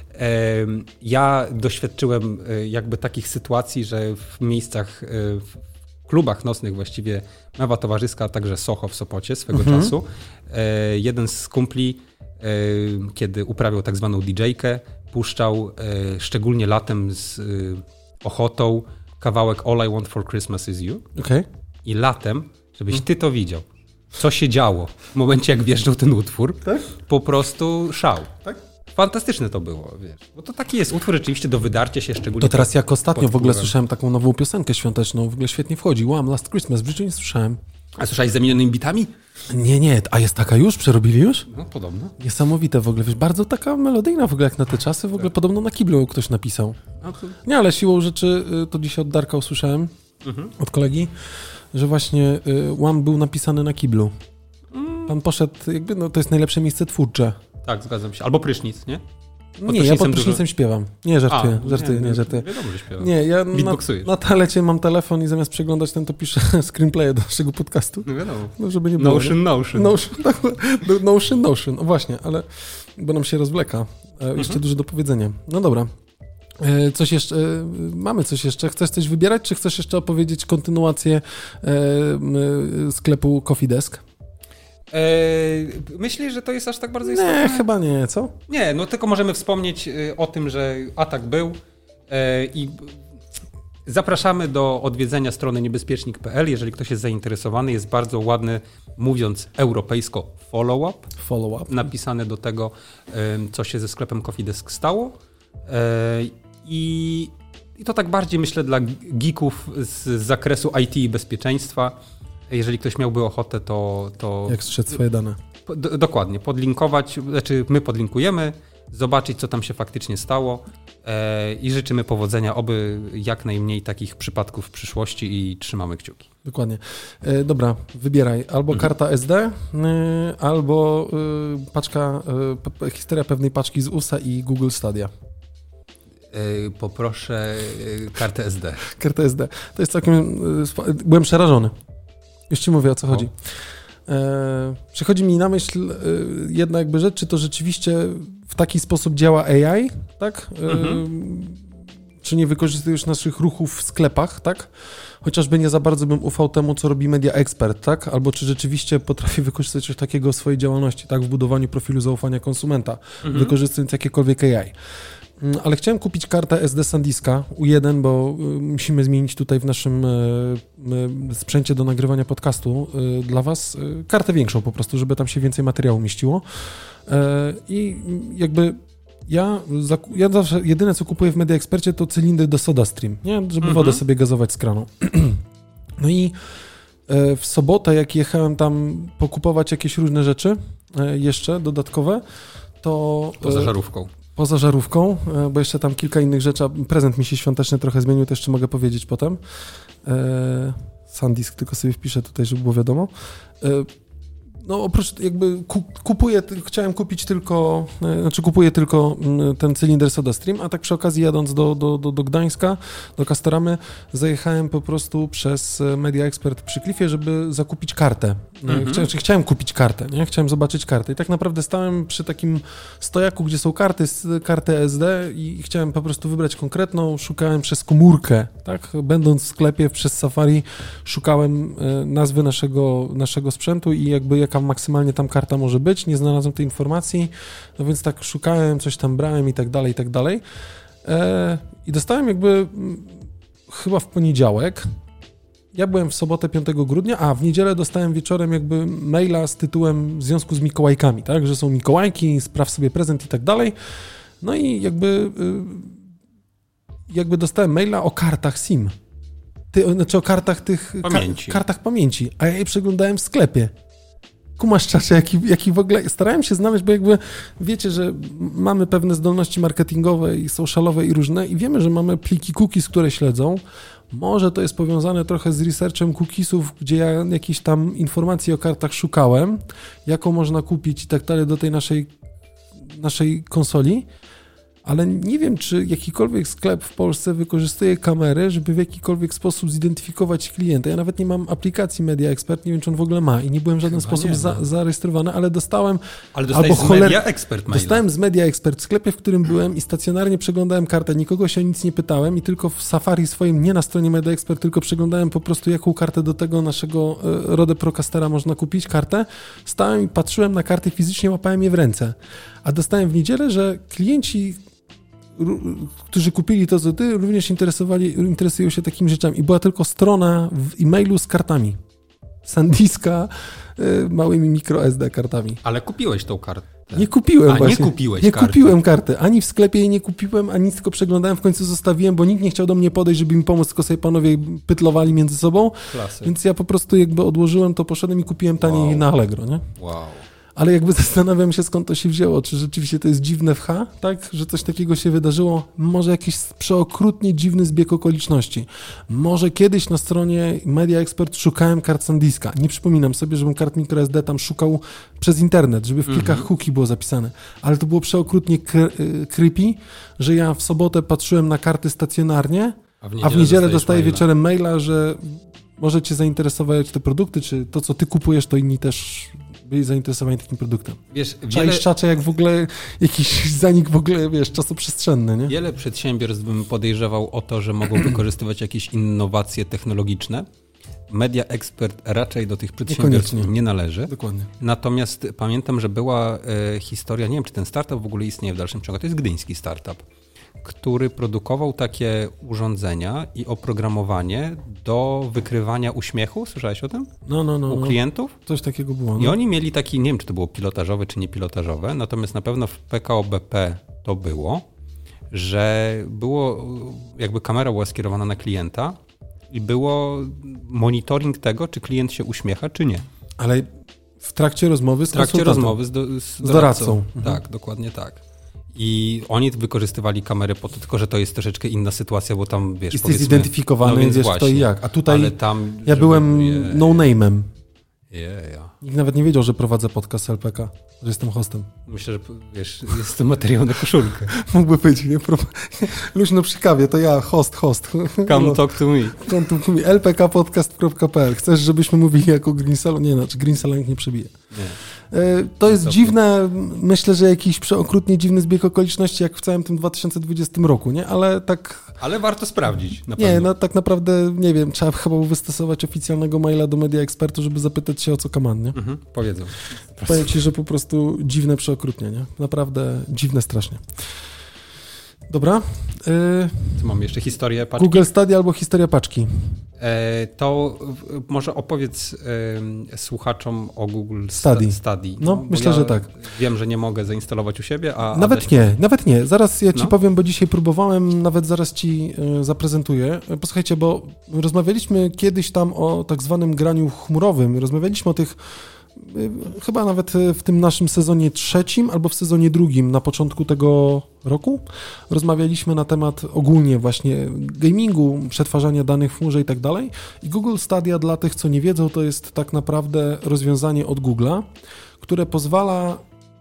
Em, Ja doświadczyłem e, jakby takich sytuacji, że w miejscach, e, w klubach nocnych właściwie Mewa Towarzyska, a także Soho w Sopocie swego Mhm. czasu, e, jeden z kumpli, e, kiedy uprawiał tak zwaną didżejkę, puszczał e, szczególnie latem z e, ochotą kawałek All I Want for Christmas is You. Okej. I latem, żebyś ty to widział, co się działo w momencie, jak wjeżdżał ten utwór, Tak? po prostu szał. Tak? Fantastyczne to było, wiesz. Bo to taki jest utwór rzeczywiście do wydarcia się, szczególnie... To teraz pod- jak ostatnio pod w ogóle wpływem. słyszałem taką nową piosenkę świąteczną, w ogóle świetnie wchodzi. One Last Christmas, w życiu nie słyszałem. A słyszałeś z zamienionymi bitami? Nie, nie, a jest taka już? Przerobili już? No, podobno. Niesamowite w ogóle, wiesz, bardzo taka melodyjna w ogóle jak na te czasy, w ogóle podobno na kiblu ktoś napisał. A to... Nie, ale siłą rzeczy, y, to dzisiaj od Darka usłyszałem, Mhm. od kolegi, że właśnie y, One był napisany na kiblu. Mm. Pan poszedł, jakby, no to jest najlepsze miejsce twórcze. Tak, zgadzam się. Albo prysznic, nie? Pod Nie, ja prysznicem pod prysznicem śpiewam. Nie, żartuję, A, żartuję, nie, żartuję. Wiadomo, że śpiewam. Nie, ja na, Beatboxujesz. na toalecie mam telefon i zamiast przeglądać ten, to piszę screenplay do naszego podcastu. No wiadomo. No, żeby nie było. Notion, nie? Notion. Notion, tak, Notion, Notion. O właśnie, ale bo nam się rozwleka. E, Jeszcze dużo do powiedzenia. No dobra. E, Coś jeszcze, e, mamy coś jeszcze. Chcesz coś wybierać, czy chcesz jeszcze opowiedzieć kontynuację e, m, sklepu Coffee Desk? Eee, myślisz, że to jest aż tak bardzo istotne? Nie, chyba nie, co? Nie, no tylko możemy wspomnieć y, o tym, że atak był. I zapraszamy do odwiedzenia strony niebezpiecznik kropka p l. Jeżeli ktoś jest zainteresowany, jest bardzo ładny, mówiąc europejsko, follow-up. Follow-up. Napisane do tego, co się ze sklepem Coffee Desk stało. I, I to tak bardziej, myślę, dla geeków z zakresu I T i bezpieczeństwa. Jeżeli ktoś miałby ochotę, to... to jak strzec swoje dane. D- dokładnie, podlinkować, znaczy my podlinkujemy, zobaczyć, co tam się faktycznie stało e, i życzymy powodzenia, oby jak najmniej takich przypadków w przyszłości i trzymamy kciuki. Dokładnie. E, dobra, wybieraj albo mhm. karta S D, y, albo y, paczka, y, p- historia pewnej paczki z U S A i Google Stadia. E, poproszę y, kartę S D. Kartę S D. To jest całkiem... Y, sp- byłem przerażony. Już ci mówię, o co o. chodzi. E, przychodzi mi na myśl e, jedna jakby rzecz, czy to rzeczywiście w taki sposób działa A I, tak? E, mhm. Czy nie wykorzystujesz naszych ruchów w sklepach, tak? Chociażby nie za bardzo bym ufał temu, co robi Media Expert, tak? Albo czy rzeczywiście potrafi wykorzystać coś takiego w swojej działalności, tak? W budowaniu profilu zaufania konsumenta, mhm. wykorzystując jakiekolwiek A I. Ale chciałem kupić kartę S D SanDiska U jeden, bo musimy zmienić tutaj w naszym sprzęcie do nagrywania podcastu dla was kartę większą po prostu, żeby tam się więcej materiału mieściło. I jakby ja, ja zawsze jedyne, co kupuję w Media Expercie, to cylindry do SodaStream, nie? Żeby mhm. wodę sobie gazować z kranu. No i w sobotę, jak jechałem tam pokupować jakieś różne rzeczy jeszcze dodatkowe, to... Poza żarówką. Poza żarówką, bo jeszcze tam kilka innych rzeczy, prezent mi się świąteczny trochę zmienił, to jeszcze mogę powiedzieć potem. E, SanDisk tylko sobie wpiszę tutaj, żeby było wiadomo. E, no oprócz jakby kupuję, chciałem kupić tylko, znaczy kupuję tylko ten cylinder SodaStream, a tak przy okazji jadąc do, do, do, do Gdańska, do Castoramy, zajechałem po prostu przez Media Expert przy Cliffie, żeby zakupić kartę. Mhm. Chcia, chciałem kupić kartę, nie? Chciałem zobaczyć kartę i tak naprawdę stałem przy takim stojaku, gdzie są karty, karty S D i chciałem po prostu wybrać konkretną, szukałem przez komórkę, tak? Będąc w sklepie przez Safari, szukałem nazwy naszego, naszego sprzętu i jakby jaka maksymalnie tam karta może być, nie znalazłem tej informacji, no więc tak szukałem, coś tam brałem i tak dalej, i tak dalej. E, I dostałem jakby m, chyba w poniedziałek, ja byłem w sobotę piątego grudnia, a w niedzielę dostałem wieczorem jakby maila z tytułem w związku z Mikołajkami, tak, że są Mikołajki, spraw sobie prezent i tak dalej. No i jakby y, jakby dostałem maila o kartach SIM. Ty, znaczy o kartach tych... Pamięci. Ka- kartach pamięci, a ja je przeglądałem w sklepie. Kumasz czasze, jaki, jaki w ogóle... Starałem się znaleźć, bo jakby wiecie, że mamy pewne zdolności marketingowe i socialowe i różne i wiemy, że mamy pliki cookies, które śledzą. Może to jest powiązane trochę z researchem cookiesów, gdzie ja jakieś tam informacje o kartach szukałem, jaką można kupić i tak dalej do tej naszej, naszej konsoli. Ale nie wiem, czy jakikolwiek sklep w Polsce wykorzystuje kamery, żeby w jakikolwiek sposób zidentyfikować klienta. Ja nawet nie mam aplikacji Media Expert, nie wiem, czy on w ogóle ma i nie byłem w żaden Chyba sposób nie, za, zarejestrowany, ale dostałem... Ale dostałeś z choler... Media Expert maila. Dostałem z Media Expert w sklepie, w którym byłem i stacjonarnie przeglądałem kartę. Nikogo się o nic nie pytałem i tylko w Safari swoim, nie na stronie Media Expert, tylko przeglądałem po prostu, jaką kartę do tego naszego Rode Procastera można kupić, kartę. Stałem i patrzyłem na karty fizycznie, łapałem je w ręce. A dostałem w niedzielę, że klienci, którzy kupili to, co ty, również interesowali, interesują się takimi rzeczami. I była tylko strona w e-mailu z kartami. SanDiska, y, małymi mikro S D kartami. Ale kupiłeś tą kartę. Nie kupiłem A, właśnie. nie kupiłeś Nie karty. kupiłem karty. Ani w sklepie jej nie kupiłem, ani tylko przeglądałem. W końcu zostawiłem, bo nikt nie chciał do mnie podejść, żeby mi pomóc, tylko sobie panowie pytlowali między sobą. Klasy. Więc ja po prostu jakby odłożyłem to, poszedłem i kupiłem taniej wow. na Allegro, nie? Wow. Ale jakby zastanawiam się, skąd to się wzięło. Czy rzeczywiście to jest dziwne w H, tak? Że coś takiego się wydarzyło? Może jakiś przeokrutnie dziwny zbieg okoliczności. Może kiedyś na stronie Media Expert szukałem kart SanDiska. Nie przypominam sobie, żebym kart microSD tam szukał przez internet, żeby w plikach mm-hmm. hooki było zapisane. Ale to było przeokrutnie kr- creepy, że ja w sobotę patrzyłem na karty stacjonarnie, a w niedzielę, a w niedzielę dostaję maila. wieczorem maila, że może cię zainteresować te produkty, czy to, co ty kupujesz, to inni też byli zainteresowani takim produktem. Wiesz, wiele... Czacze jak w ogóle jakiś zanik w ogóle, wiesz, czasoprzestrzenny, nie? Wiele przedsiębiorstw bym podejrzewał o to, że mogą wykorzystywać jakieś innowacje technologiczne. Media Expert raczej do tych przedsiębiorstw nie należy. Dokładnie. Natomiast pamiętam, że była e, historia, nie wiem, czy ten startup w ogóle istnieje w dalszym ciągu, to jest gdyński startup, który produkował takie urządzenia i oprogramowanie do wykrywania uśmiechu. Słyszałeś o tym? No, no, no. U no. klientów? Coś takiego było. No. I oni mieli taki, nie wiem, czy to było pilotażowe, czy niepilotażowe, natomiast na pewno w P K O B P to było, że było, jakby kamera była skierowana na klienta i było monitoring tego, czy klient się uśmiecha, czy nie. Ale w trakcie rozmowy z W trakcie rozmowy z, do, z, z doradcą. Mhm. Tak, dokładnie tak. I oni wykorzystywali kamery po to, tylko że to jest troszeczkę inna sytuacja, bo tam, wiesz, jesteś zidentyfikowany, no więc wiesz właśnie, to i jak. A tutaj ale tam, ja żeby, byłem je, no-name'em. Je, ja. Nikt nawet nie wiedział, że prowadzę podcast L P K, że jestem hostem. Myślę, że wiesz, jest to materiał na koszulkę. Mógłby być, nie? Luźno przy kawie, to ja, host, host. Come talk to me. Come talk to me. L P K podcast kropka p l. Chcesz, żebyśmy mówili jako Green Salon? Nie, znaczy Green Salon nie przebije. Nie. To jest dziwne, myślę, że jakiś przeokrutnie dziwny zbieg okoliczności, jak w całym tym dwa tysiące dwudziestym roku, nie? Ale tak... Ale warto sprawdzić, na Nie, pewno. no tak naprawdę, nie wiem, trzeba chyba wystosować oficjalnego maila do Media Expertu, żeby zapytać się o co Kaman, nie? Mhm, powiedzą. Powiem ci, że po prostu dziwne przeokrutnie, nie? Naprawdę dziwne strasznie. Dobra. Y... Co mamy jeszcze? Historię paczki? Google Stadia albo historia paczki. E, to w, może opowiedz e, słuchaczom o Google Stadia. Stadia. No, no myślę, ja że tak. Wiem, że nie mogę zainstalować u siebie, a... Nawet Adaś... nie, nawet nie. Zaraz ja ci No. powiem, bo dzisiaj próbowałem, nawet zaraz ci y, zaprezentuję. Posłuchajcie, bo rozmawialiśmy kiedyś tam o tak zwanym graniu chmurowym. Rozmawialiśmy o tych chyba nawet w tym naszym sezonie trzecim albo w sezonie drugim na początku tego roku rozmawialiśmy na temat ogólnie właśnie gamingu, przetwarzania danych w chmurze i tak dalej. I Google Stadia, dla tych, co nie wiedzą, to jest tak naprawdę rozwiązanie od Google'a, które pozwala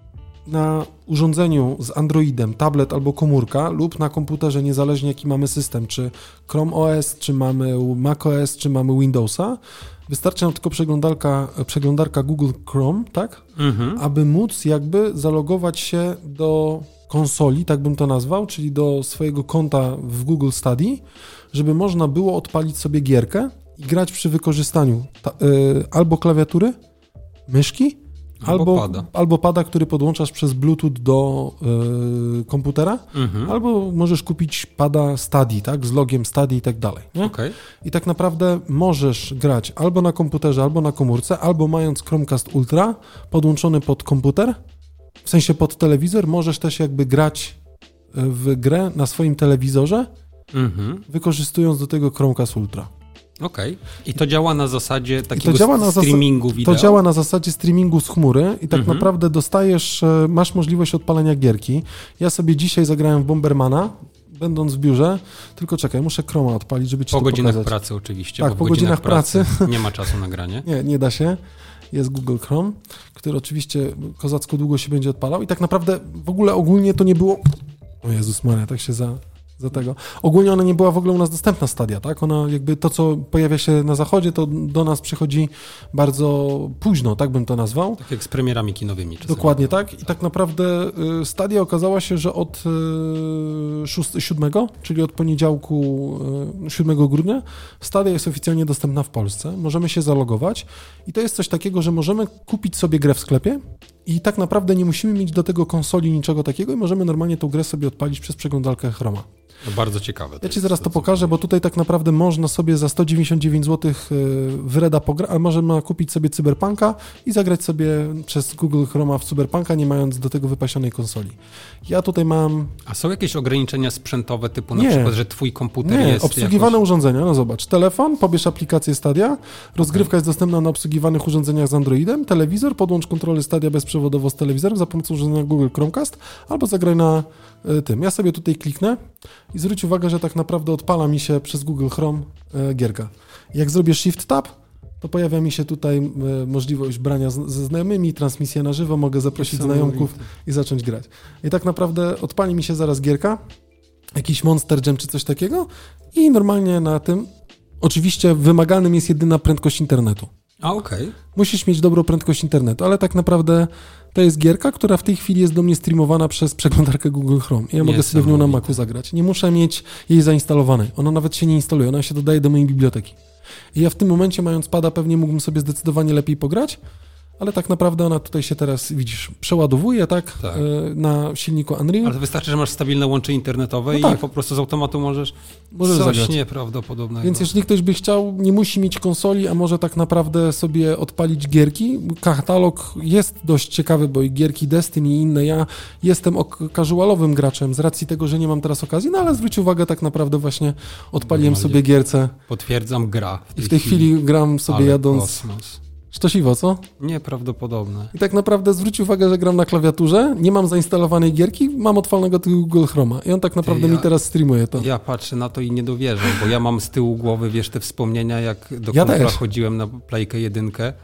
na urządzeniu z Androidem, tablet albo komórka lub na komputerze, niezależnie jaki mamy system, czy Chrome O S, czy mamy Mac O S, czy mamy Windowsa, wystarczy nam tylko przeglądarka, przeglądarka Google Chrome, tak? Mhm. Aby móc jakby zalogować się do konsoli, tak bym to nazwał, czyli do swojego konta w Google Stadia, żeby można było odpalić sobie gierkę i grać przy wykorzystaniu ta, y, albo klawiatury, myszki, Albo, albo pada. albo pada, który podłączasz przez Bluetooth do y, komputera, Mhm. albo możesz kupić pada Stadia, tak, z logiem Stadia i tak dalej. Nie? Okay. I tak naprawdę możesz grać albo na komputerze, albo na komórce, albo mając Chromecast Ultra podłączony pod komputer, w sensie pod telewizor, możesz też jakby grać w grę na swoim telewizorze, Mhm. wykorzystując do tego Chromecast Ultra. Okej. Okay. I to działa na zasadzie takiego działa na streamingu zas- wideo? To działa na zasadzie streamingu z chmury i tak Mhm. naprawdę dostajesz, e, masz możliwość odpalenia gierki. Ja sobie dzisiaj zagrałem w Bombermana, będąc w biurze, tylko czekaj, muszę Chroma odpalić, żeby ci Po to godzinach pokazać. pracy oczywiście, Tak, bo po w godzinach, godzinach pracy, pracy. nie ma czasu na granie. Nie, nie da się. Jest Google Chrome, który oczywiście kozacko długo się będzie odpalał i tak naprawdę w ogóle ogólnie to nie było... O Jezus Maria, tak się za... za tego. Ogólnie ona nie była w ogóle u nas dostępna Stadia, tak? Ona jakby to, co pojawia się na zachodzie, to do nas przychodzi bardzo późno, tak bym to nazwał. Tak jak z premierami kinowymi. Czasami. Dokładnie tak. I tak naprawdę y, Stadia okazała się, że od y, siódmego, czyli od poniedziałku y, siódmego grudnia, Stadia jest oficjalnie dostępna w Polsce. Możemy się zalogować i to jest coś takiego, że możemy kupić sobie grę w sklepie i tak naprawdę nie musimy mieć do tego konsoli niczego takiego i możemy normalnie tą grę sobie odpalić przez przeglądarkę Chroma. No bardzo ciekawe. Ja ci zaraz to pokażę, bo tutaj tak naprawdę można sobie za sto dziewięćdziesiąt dziewięć złotych w Reda pograć, a można kupić sobie Cyberpunka i zagrać sobie przez Google Chroma w Cyberpunka, nie mając do tego wypasionej konsoli. Ja tutaj mam... A są jakieś ograniczenia sprzętowe typu na Nie. przykład, że twój komputer Nie, jest obsługiwane jakoś... urządzenia, no zobacz, telefon, pobierz aplikację Stadia, rozgrywka okay. jest dostępna na obsługiwanych urządzeniach z Androidem, telewizor, podłącz kontrolę Stadia bezprzewodowo z telewizorem za pomocą urządzenia Google Chromecast, albo zagraj na y, tym. Ja sobie tutaj kliknę i zwróć uwagę, że tak naprawdę odpala mi się przez Google Chrome y, gierka. Jak zrobię Shift Tab, to pojawia mi się tutaj y, możliwość brania z, ze znajomymi, transmisja na żywo, mogę zaprosić znajomków i zacząć grać. I tak naprawdę odpali mi się zaraz gierka, jakiś Monster Jam czy coś takiego i normalnie na tym, oczywiście wymagalnym jest jedyna prędkość internetu. A, okej. Okay. Musisz mieć dobrą prędkość internetu, ale tak naprawdę to jest gierka, która w tej chwili jest do mnie streamowana przez przeglądarkę Google Chrome. I ja mogę sobie w nią na Macu zagrać. Nie muszę mieć jej zainstalowanej. Ona nawet się nie instaluje, ona się dodaje do mojej biblioteki. I ja w tym momencie, mając pada, pewnie mógłbym sobie zdecydowanie lepiej pograć, ale tak naprawdę ona tutaj się teraz, widzisz, przeładowuje, tak, Tak. y, na silniku Unreal. Ale to wystarczy, że masz stabilne łącze internetowe No i tak. po prostu z automatu możesz, Możesz coś zagrać. nieprawdopodobnego. Więc jeżeli ktoś by chciał, nie musi mieć konsoli, a może tak naprawdę sobie odpalić gierki. Katalog jest dość ciekawy, bo i gierki Destiny i inne. Ja jestem ok- casualowym graczem z racji tego, że nie mam teraz okazji, no ale zwróć uwagę, tak naprawdę właśnie odpaliłem Normalnie. sobie gierce Potwierdzam, gra. W i tej, w tej chwili gram sobie Ale jadąc kosmos. sztosiwo, co? Nieprawdopodobne. I tak naprawdę zwróć uwagę, że gram na klawiaturze, nie mam zainstalowanej gierki, mam odpalnego tylko Google Chroma i on tak naprawdę ja- mi teraz streamuje to. Ja patrzę na to i nie dowierzę, bo ja mam z tyłu głowy, wiesz, te wspomnienia, jak do Ja kompla też. chodziłem na Playkę jedynkę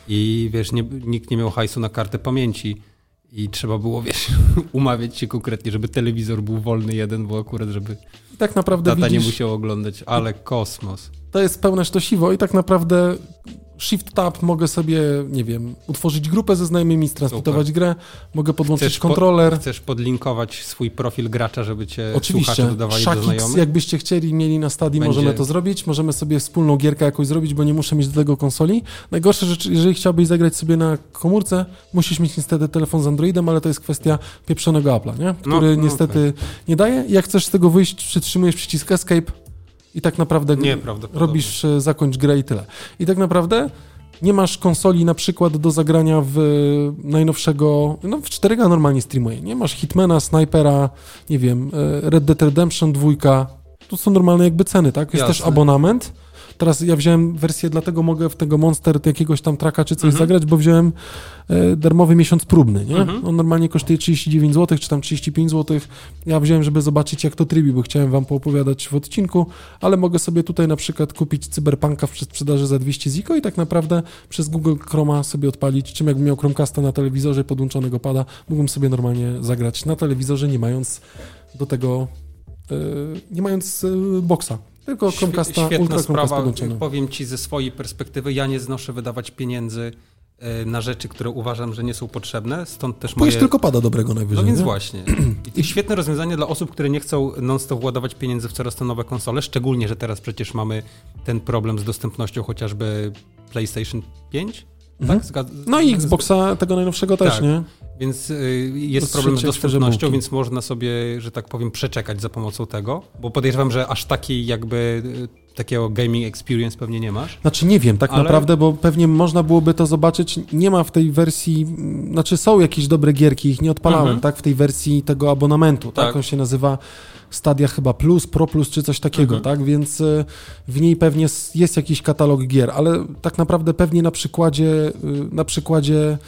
i wiesz, nie, nikt nie miał hajsu na kartę pamięci i trzeba było, wiesz, umawiać się konkretnie, żeby telewizor był wolny jeden, bo akurat, żeby I tak naprawdę tata widzisz, nie musiał oglądać, ale kosmos. to jest pełne sztosiwo i tak naprawdę Shift Tab mogę sobie, nie wiem, utworzyć grupę ze znajomymi, transmitować grę, mogę podłączyć Chcesz po- kontroler. Chcesz podlinkować swój profil gracza, żeby cię Oczywiście, słuchacze dodawali do Shakix, znajomych? jakbyście chcieli, mieli na Stadii, Będzie. możemy to zrobić, możemy sobie wspólną gierkę jakoś zrobić, bo nie muszę mieć do tego konsoli. Najgorsze rzecz, jeżeli chciałbyś zagrać sobie na komórce, musisz mieć niestety telefon z Androidem, ale to jest kwestia pieprzonego Apple'a, nie? który no, niestety nie daje. Jak chcesz z tego wyjść, przytrzymujesz przycisk Escape i tak naprawdę Nieprawdopodobne. robisz e, zakończ grę i tyle. I tak naprawdę nie masz konsoli na przykład do zagrania w najnowszego, no w cztery K normalnie streamuje. Nie masz Hitmana, Snipera, nie wiem, e, Red Dead Redemption dwa. To są normalne jakby ceny, tak? Jest Jasne. też abonament. Teraz ja wziąłem wersję, dlatego mogę w tego Monster jakiegoś tam traka czy coś Mhm. zagrać, bo wziąłem e, darmowy miesiąc próbny, nie? Mhm. On normalnie kosztuje trzydzieści dziewięć złotych, czy tam trzydzieści pięć złotych. Ja wziąłem, żeby zobaczyć, jak to trybi, bo chciałem wam poopowiadać w odcinku, ale mogę sobie tutaj na przykład kupić Cyberpunka w przedsprzedaży za dwieście ziko i tak naprawdę przez Google Chroma sobie odpalić, czym jakbym miał Chromecasta na telewizorze podłączonego pada, mógłbym sobie normalnie zagrać na telewizorze, nie mając do tego, e, nie mając e, boxa. Tylko Chromecasta, Świetna Ultra Chromecast sprawa. podłączony. Powiem ci ze swojej perspektywy, ja nie znoszę wydawać pieniędzy e, na rzeczy, które uważam, że nie są potrzebne, stąd też Bo już moje... tylko pada dobrego najwyżej. No więc nie? właśnie. I to jest świetne rozwiązanie dla osób, które nie chcą non-stop władować pieniędzy w coraz to nowe konsole, szczególnie, że teraz przecież mamy ten problem z dostępnością chociażby PlayStation pięć. Mhm. Tak? Zgad- No i Xboxa tego najnowszego też, Tak. nie? Więc y, jest To problem z trzecie świeże dostępnością, bułki. więc można sobie, że tak powiem, przeczekać za pomocą tego, bo podejrzewam, że aż takiej jakby y, takiego gaming experience pewnie nie masz. Znaczy nie wiem, tak Ale- naprawdę, bo pewnie można byłoby to zobaczyć. Nie ma w tej wersji, mm, znaczy są jakieś dobre gierki, ich nie odpalałem, Mhm. tak? W tej wersji tego abonamentu, tak? Tak. On się nazywa Stadia chyba Plus, Pro Plus czy coś takiego, Mhm. tak? Więc y, w niej pewnie s- jest jakiś katalog gier, ale tak naprawdę pewnie na przykładzie, y, na przykładzie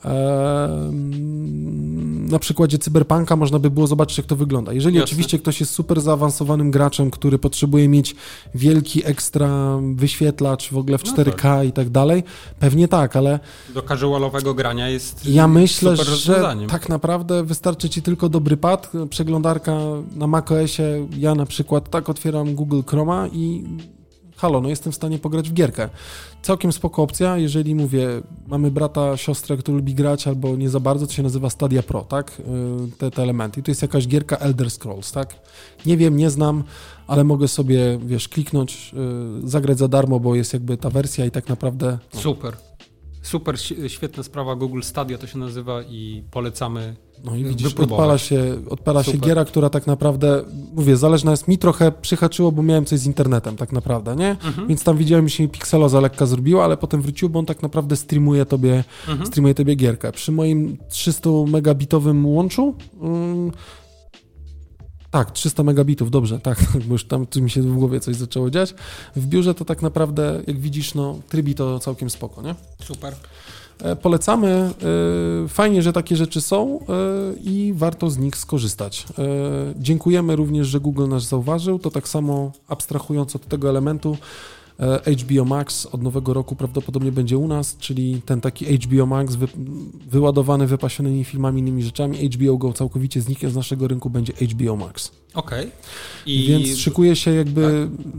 Ehm, na przykładzie Cyberpunka można by było zobaczyć, jak to wygląda. Jeżeli Jasne. oczywiście ktoś jest super zaawansowanym graczem, który potrzebuje mieć wielki ekstra wyświetlacz w ogóle w No cztery K i tak dalej, pewnie tak, ale Do casualowego grania jest ja myślę, super że rozwiązaniem. tak naprawdę wystarczy ci tylko dobry pad, przeglądarka na macOSie. Ja na przykład tak otwieram Google Chroma i halo, no jestem w stanie pograć w gierkę. Całkiem spoko opcja, jeżeli mówię, mamy brata, siostrę, który lubi grać albo nie za bardzo, to się nazywa Stadia Pro, tak? Yy, Te, te elementy. I to jest jakaś gierka Elder Scrolls, tak? Nie wiem, nie znam, ale mogę sobie, wiesz, kliknąć, yy, zagrać za darmo, bo jest jakby ta wersja i tak naprawdę... No. Super. Super, ś- świetna sprawa. Google Stadia to się nazywa i polecamy. No i widzisz, wypróbować. odpala się, odpala się Super. giera, która tak naprawdę, mówię, zależna jest, mi trochę przyhaczyło, bo miałem coś z internetem tak naprawdę, nie? Mhm. Więc tam widziałem, że się mi pikseloza lekka zrobiła, ale potem wrócił, bo on tak naprawdę streamuje tobie, Mhm. streamuje tobie gierkę. Przy moim trzysta megabitowym łączu, ym, tak, trzysta megabitów, dobrze, tak, bo już tam tu mi się w głowie coś zaczęło dziać. W biurze to tak naprawdę, jak widzisz, no, trybi to całkiem spoko, nie? Super. E, Polecamy. E, Fajnie, że takie rzeczy są e, i warto z nich skorzystać. E, Dziękujemy również, że Google nas zauważył. To tak samo abstrahując od tego elementu, e, H B O Max od nowego roku prawdopodobnie będzie u nas, czyli ten taki H B O Max wy, wyładowany wypasionymi filmami, innymi rzeczami. H B O Go całkowicie zniknie z naszego rynku, będzie H B O Max. Okej. I Więc szykuje się jakby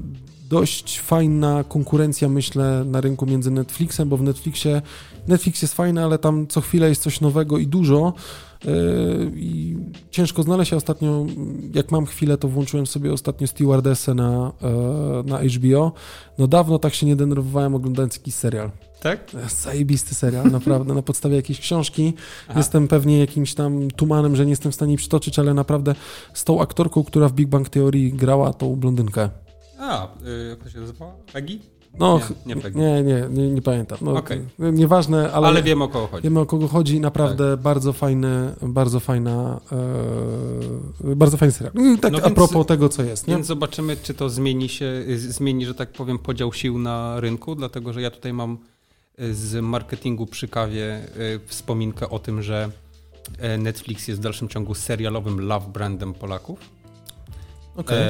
dość fajna konkurencja, myślę, na rynku między Netflixem, bo w Netflixie Netflix jest fajny, ale tam co chwilę jest coś nowego i dużo yy, i ciężko znaleźć. Ja ostatnio, jak mam chwilę, to włączyłem sobie ostatnio Stewardessę na, yy, na H B O. No dawno tak się nie denerwowałem oglądając jakiś serial. Tak? Zajebisty serial, naprawdę, na podstawie jakiejś książki. Aha. Jestem pewnie jakimś tam tumanem, że nie jestem w stanie jej przytoczyć, ale naprawdę z tą aktorką, która w Big Bang Theory grała tą blondynkę. A, yy, jak to się nazywa? Peggy? No, nie, nie, Peggy. nie, nie, nie, nie pamiętam. No, okay. Nieważne, ale... Ale wiemy, o kogo chodzi. Wiemy, o kogo chodzi. Naprawdę tak. bardzo fajny, bardzo fajna, e, bardzo fajny serial. I tak no a więc, propos tego, co jest. Nie? Więc zobaczymy, czy to zmieni się, zmieni, że tak powiem, podział sił na rynku, dlatego, że ja tutaj mam z marketingu przy kawie wspominkę o tym, że Netflix jest w dalszym ciągu serialowym love brandem Polaków. Okay.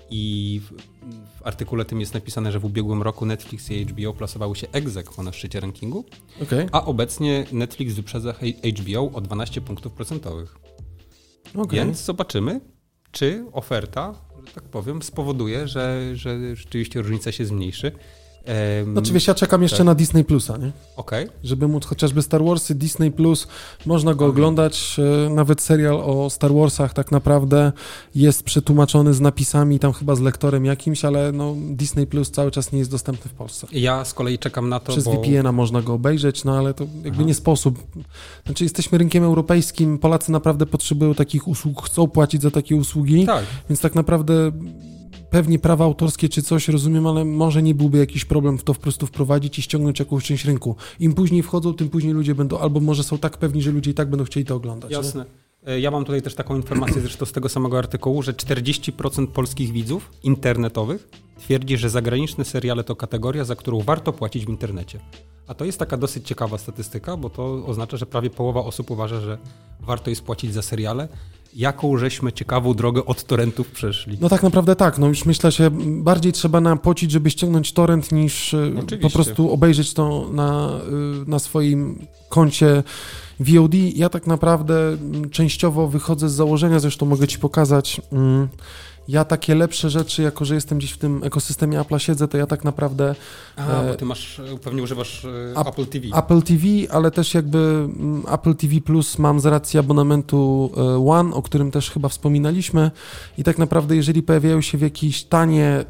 I w, w artykule tym jest napisane, że w ubiegłym roku Netflix i H B O plasowały się ex aequo na szczycie rankingu, okay. a obecnie Netflix wyprzedza H B O o dwanaście punktów procentowych. Okay. Więc zobaczymy, czy oferta, że tak powiem, spowoduje, że, że rzeczywiście różnica się zmniejszy. Um, znaczy wiesz, ja czekam jeszcze tak. na Disney Plusa, nie? Okej. Okay. Żeby móc chociażby Star Warsy, Disney Plus, można go okay. oglądać, nawet serial o Star Warsach tak naprawdę jest przetłumaczony z napisami, tam chyba z lektorem jakimś, ale no Disney Plus cały czas nie jest dostępny w Polsce. Ja z kolei czekam na to, Przez bo... V P N a można go obejrzeć, no ale to jakby Aha. nie sposób. Znaczy jesteśmy rynkiem europejskim, Polacy naprawdę potrzebują takich usług, chcą płacić za takie usługi, tak. więc tak naprawdę... Pewnie prawa autorskie czy coś, rozumiem, ale może nie byłby jakiś problem w to po prostu wprowadzić i ściągnąć jakąś część rynku. Im później wchodzą, tym później ludzie będą, albo może są tak pewni, że ludzie i tak będą chcieli to oglądać. Jasne. Nie? Ja mam tutaj też taką informację zresztą z tego samego artykułu, że czterdzieści procent polskich widzów internetowych twierdzi, że zagraniczne seriale to kategoria, za którą warto płacić w internecie. A to jest taka dosyć ciekawa statystyka, bo to oznacza, że prawie połowa osób uważa, że warto jest płacić za seriale. Jaką żeśmy ciekawą drogę od torrentów przeszli. No tak naprawdę tak, no już myślę, że bardziej trzeba napocić, żeby ściągnąć torrent, niż Oczywiście. po prostu obejrzeć to na, na swoim koncie V O D. Ja tak naprawdę częściowo wychodzę z założenia, zresztą mogę ci pokazać, ja takie lepsze rzeczy, jako że jestem gdzieś w tym ekosystemie Apple'a siedzę, to ja tak naprawdę... A, bo ty masz, pewnie używasz App, Apple T V. Apple T V, ale też jakby Apple T V Plus mam z racji abonamentu One, o którym też chyba wspominaliśmy i tak naprawdę jeżeli pojawiają się w jakieś tanie,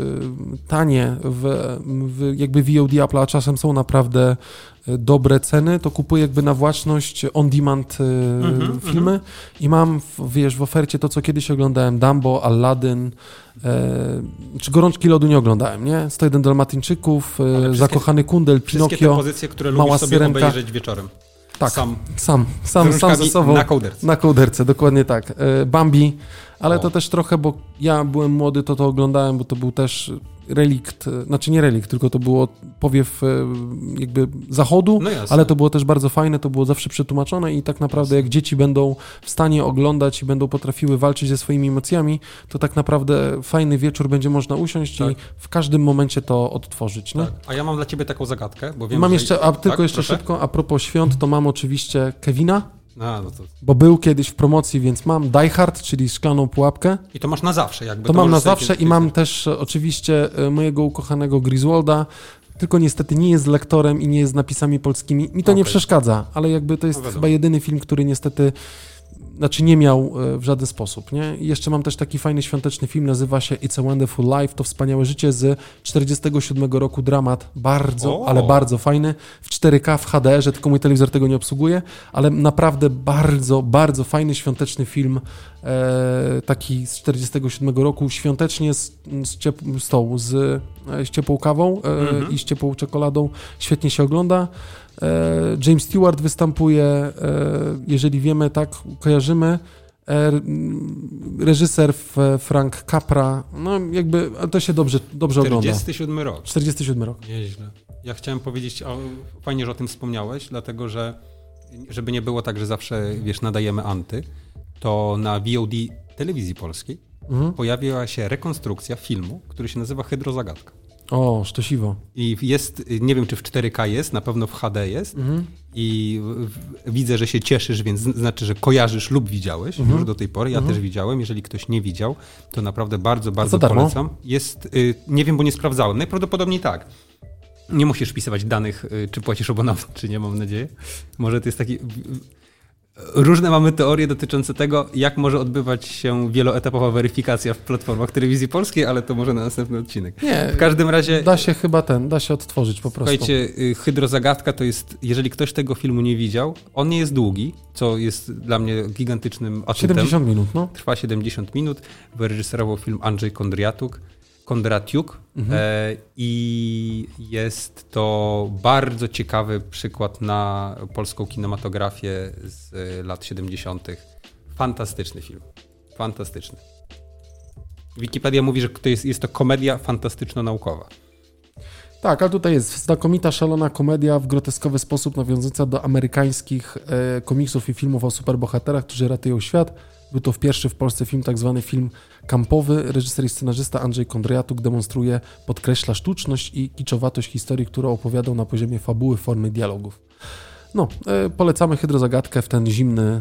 tanie w, w jakby V O D Apple'a, a czasem są naprawdę dobre ceny, to kupuję jakby na własność on-demand mm-hmm, filmy mm-hmm. i mam, w, wiesz, w ofercie to, co kiedyś oglądałem, Dumbo, Aladdin, e, czy Gorączki lodu nie oglądałem, nie? sto jeden Dalmatyńczyków, e, Zakochany Kundel, Pinokio, wszystkie te pozycje, które Mała lubisz sobie Syrenka. obejrzeć wieczorem. Tak, sam, sam, sam, sam ze sobą. Na kołderce. Na kołderce, dokładnie tak. E, Bambi, ale o. to też trochę, bo ja byłem młody, to to oglądałem, bo to był też relikt, znaczy nie relikt, tylko to było powiew jakby zachodu, no ale to było też bardzo fajne, to było zawsze przetłumaczone i tak naprawdę jak dzieci będą w stanie oglądać i będą potrafiły walczyć ze swoimi emocjami, to tak naprawdę fajny wieczór będzie można usiąść tak. i w każdym momencie to odtworzyć. Nie? Tak. A ja mam dla ciebie taką zagadkę, bo wiem, Mam że... jeszcze, a tylko tak, jeszcze proszę? szybko, a propos świąt, to mam oczywiście Kevina, A, no to... bo był kiedyś w promocji, więc mam Die Hard, czyli Szklaną Pułapkę. I to masz na zawsze jakby. To, to mam na zawsze i mam też oczywiście mojego ukochanego Griswolda, tylko niestety nie jest lektorem i nie jest z napisami polskimi. Mi to okay. nie przeszkadza, ale jakby to jest no chyba jedyny film, który niestety znaczy nie miał w żaden sposób, nie? I jeszcze mam też taki fajny świąteczny film, nazywa się It's a Wonderful Life, to Wspaniałe Życie z czterdziestego siódmego roku, dramat, bardzo, o. ale bardzo fajny, w cztery K, w H D, że tylko mój telewizor tego nie obsługuje, ale naprawdę bardzo, bardzo fajny świąteczny film, e, taki z czterdziestego siódmego roku, świątecznie z, z, ciep, z, tą, z, z ciepłą kawą e, mm-hmm. i z ciepłą czekoladą, świetnie się ogląda. James Stewart występuje, jeżeli wiemy, tak, kojarzymy. Reżyser Frank Capra, no jakby to się dobrze, dobrze ogląda. czterdziesty siódmy rok. czterdziesty siódmy rok. Nieźle. Ja chciałem powiedzieć, o, fajnie, że o tym wspomniałeś, dlatego że żeby nie było tak, że zawsze, wiesz, nadajemy anty, to na V O D Telewizji Polskiej mhm. pojawiła się rekonstrukcja filmu, który się nazywa Hydrozagadka. O, sztosiwo. I jest, nie wiem czy w cztery K jest, na pewno w H D jest. Mhm. I w, widzę, że się cieszysz, więc znaczy, że kojarzysz lub widziałeś Mhm. już do tej pory. Ja Mhm. też widziałem. Jeżeli ktoś nie widział, to naprawdę bardzo, bardzo za darmo? polecam. Jest, y, nie wiem, bo nie sprawdzałem. Najprawdopodobniej tak. Nie musisz wpisywać danych, y, czy płacisz abonament, czy nie, mam nadzieję. Może to jest taki... Różne mamy teorie dotyczące tego, jak może odbywać się wieloetapowa weryfikacja w platformach telewizji polskiej, ale to może na następny odcinek. Nie, W każdym razie... da się chyba ten, da się odtworzyć po prostu. Słuchajcie, y, Hydrozagadka to jest, jeżeli ktoś tego filmu nie widział, on nie jest długi, co jest dla mnie gigantycznym atutem. siedemdziesiąt minut, no. Trwa siedemdziesiąt minut. Wyreżyserował film Andrzej Kondratiuk. Kondratiuk Mhm. e, i jest to bardzo ciekawy przykład na polską kinematografię z lat siedemdziesiątych. Fantastyczny film. Fantastyczny. Wikipedia mówi, że to jest, jest to komedia fantastyczno-naukowa. Tak, ale tutaj jest znakomita, szalona komedia w groteskowy sposób nawiązująca do amerykańskich e, komiksów i filmów o superbohaterach, którzy ratują świat. Był to pierwszy w Polsce film, tak zwany film kampowy. Reżyser i scenarzysta Andrzej Kondratiuk demonstruje, podkreśla sztuczność i kiczowatość historii, którą opowiadał na poziomie fabuły, formy dialogów. No, e, polecamy Hydrozagadkę w ten zimny,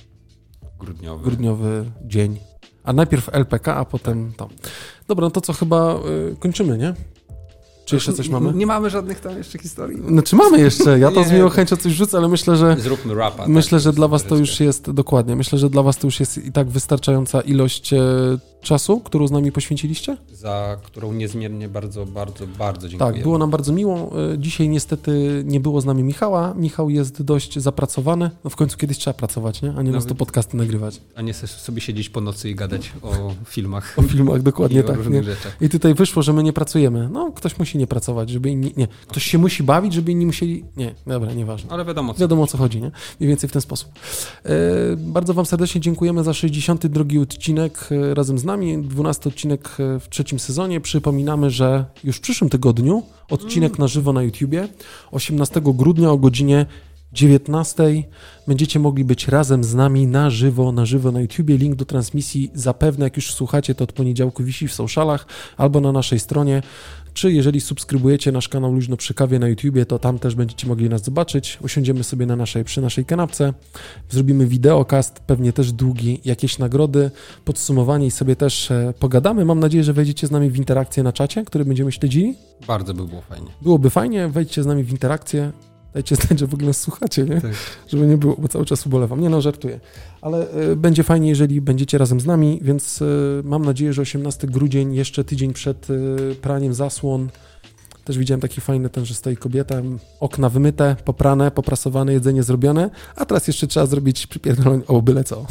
Grudniowy. grudniowy dzień. A najpierw L P K, a potem to. Dobra, no to co chyba y, kończymy, nie? Czy jeszcze coś mamy? Nie mamy żadnych tam jeszcze historii. Znaczy mamy jeszcze, ja to Nie. z miłą chęcią coś rzucę, ale myślę, że Zróbmy rapa. myślę, tak, że dla was to już troszeczkę. jest, dokładnie, myślę, że dla was to już jest i tak wystarczająca ilość e, czasu, którą z nami poświęciliście. Za którą niezmiernie bardzo, bardzo, bardzo dziękuję. Tak, było nam bardzo miło. E, Dzisiaj niestety nie było z nami Michała. Michał jest dość zapracowany. No w końcu kiedyś trzeba pracować, nie? A nie nas to Nawet- podcasty nagrywać. A nie se- sobie siedzieć po nocy i gadać o filmach. O filmach, dokładnie I o tak. różnych Nie? rzeczach. I tutaj wyszło, że my nie pracujemy. No, ktoś musi nie pracować, żeby inni... Nie, ktoś się musi bawić, żeby inni musieli... Nie, dobra, nieważne. Ale wiadomo co. Wiadomo, o co chodzi, nie? Mniej więcej w ten sposób. E, bardzo wam serdecznie dziękujemy za sześćdziesiąty drugi odcinek e, razem z nami, dwunasty odcinek e, w trzecim sezonie. Przypominamy, że już w przyszłym tygodniu odcinek na żywo na YouTubie, osiemnastego grudnia o godzinie dziewiętnastej będziecie mogli być razem z nami na żywo, na żywo na YouTubie. Link do transmisji zapewne, jak już słuchacie, to od poniedziałku wisi w socialach albo na naszej stronie, czy jeżeli subskrybujecie nasz kanał Luźno przy kawie na YouTubie, to tam też będziecie mogli nas zobaczyć. Usiądziemy sobie na naszej, przy naszej kanapce, zrobimy wideokast, pewnie też długi, jakieś nagrody, podsumowanie i sobie też e, pogadamy. Mam nadzieję, że wejdziecie z nami w interakcję na czacie, który będziemy śledzili. Bardzo by było fajnie. Byłoby fajnie, wejdźcie z nami w interakcję. Dajcie znać, że w ogóle nas słuchacie, nie? Tak. Żeby nie było, bo cały czas ubolewam. Nie no, żartuję. Ale y, będzie fajnie, jeżeli będziecie razem z nami, więc y, mam nadzieję, że osiemnastego grudnia, jeszcze tydzień przed y, praniem zasłon, też widziałem taki fajny ten, że stoi kobieta, okna wymyte, poprane, poprasowane, jedzenie zrobione, a teraz jeszcze trzeba zrobić przypierdolenie, o, byle co.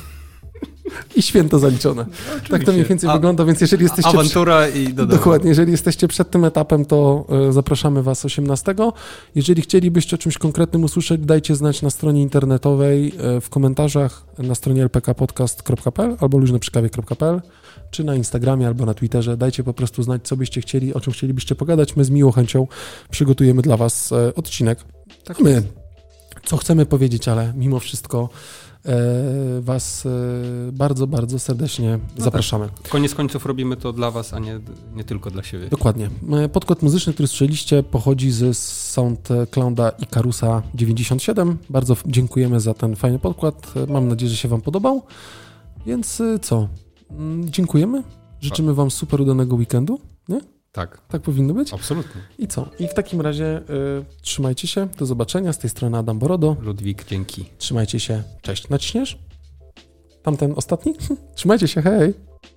I święto zaliczone. Tak to mniej więcej A- wygląda, więc jeżeli jesteście... przy- Awantura i do domu. Dokładnie, jeżeli jesteście przed tym etapem, to e, zapraszamy was osiemnastego. Jeżeli chcielibyście o czymś konkretnym usłyszeć, dajcie znać na stronie internetowej, e, w komentarzach na stronie l p k podcast kropka p l albo luźnoprzykawie kropka p l, czy na Instagramie albo na Twitterze. Dajcie po prostu znać, co byście chcieli, o czym chcielibyście pogadać. My z miłą chęcią przygotujemy dla was e, odcinek. Tak my, co chcemy powiedzieć, ale mimo wszystko e, was e, bardzo, bardzo serdecznie No zapraszamy. Koniec końców robimy to dla was, a nie, nie tylko dla siebie. Dokładnie. Podkład muzyczny, który słyszeliście, pochodzi z SoundClouda Ikarusa dziewięćdziesiąt siedem. Bardzo f- dziękujemy za ten fajny podkład. Mam nadzieję, że się wam podobał. Więc y, co? Mm, Dziękujemy. Życzymy wam super udanego weekendu. Nie? Tak, Tak powinno być. absolutnie. I co? I w takim razie y, trzymajcie się. Do zobaczenia. Z tej strony Adam Borodo. Ludwik, dzięki. Trzymajcie się. Cześć. Naciśniesz? Tamten ostatni? Trzymajcie się. Hej.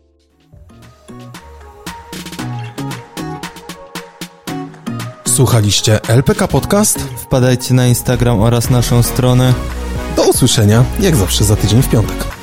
Słuchaliście L P K Podcast? Wpadajcie na Instagram oraz naszą stronę. Do usłyszenia, jak zawsze za tydzień w piątek.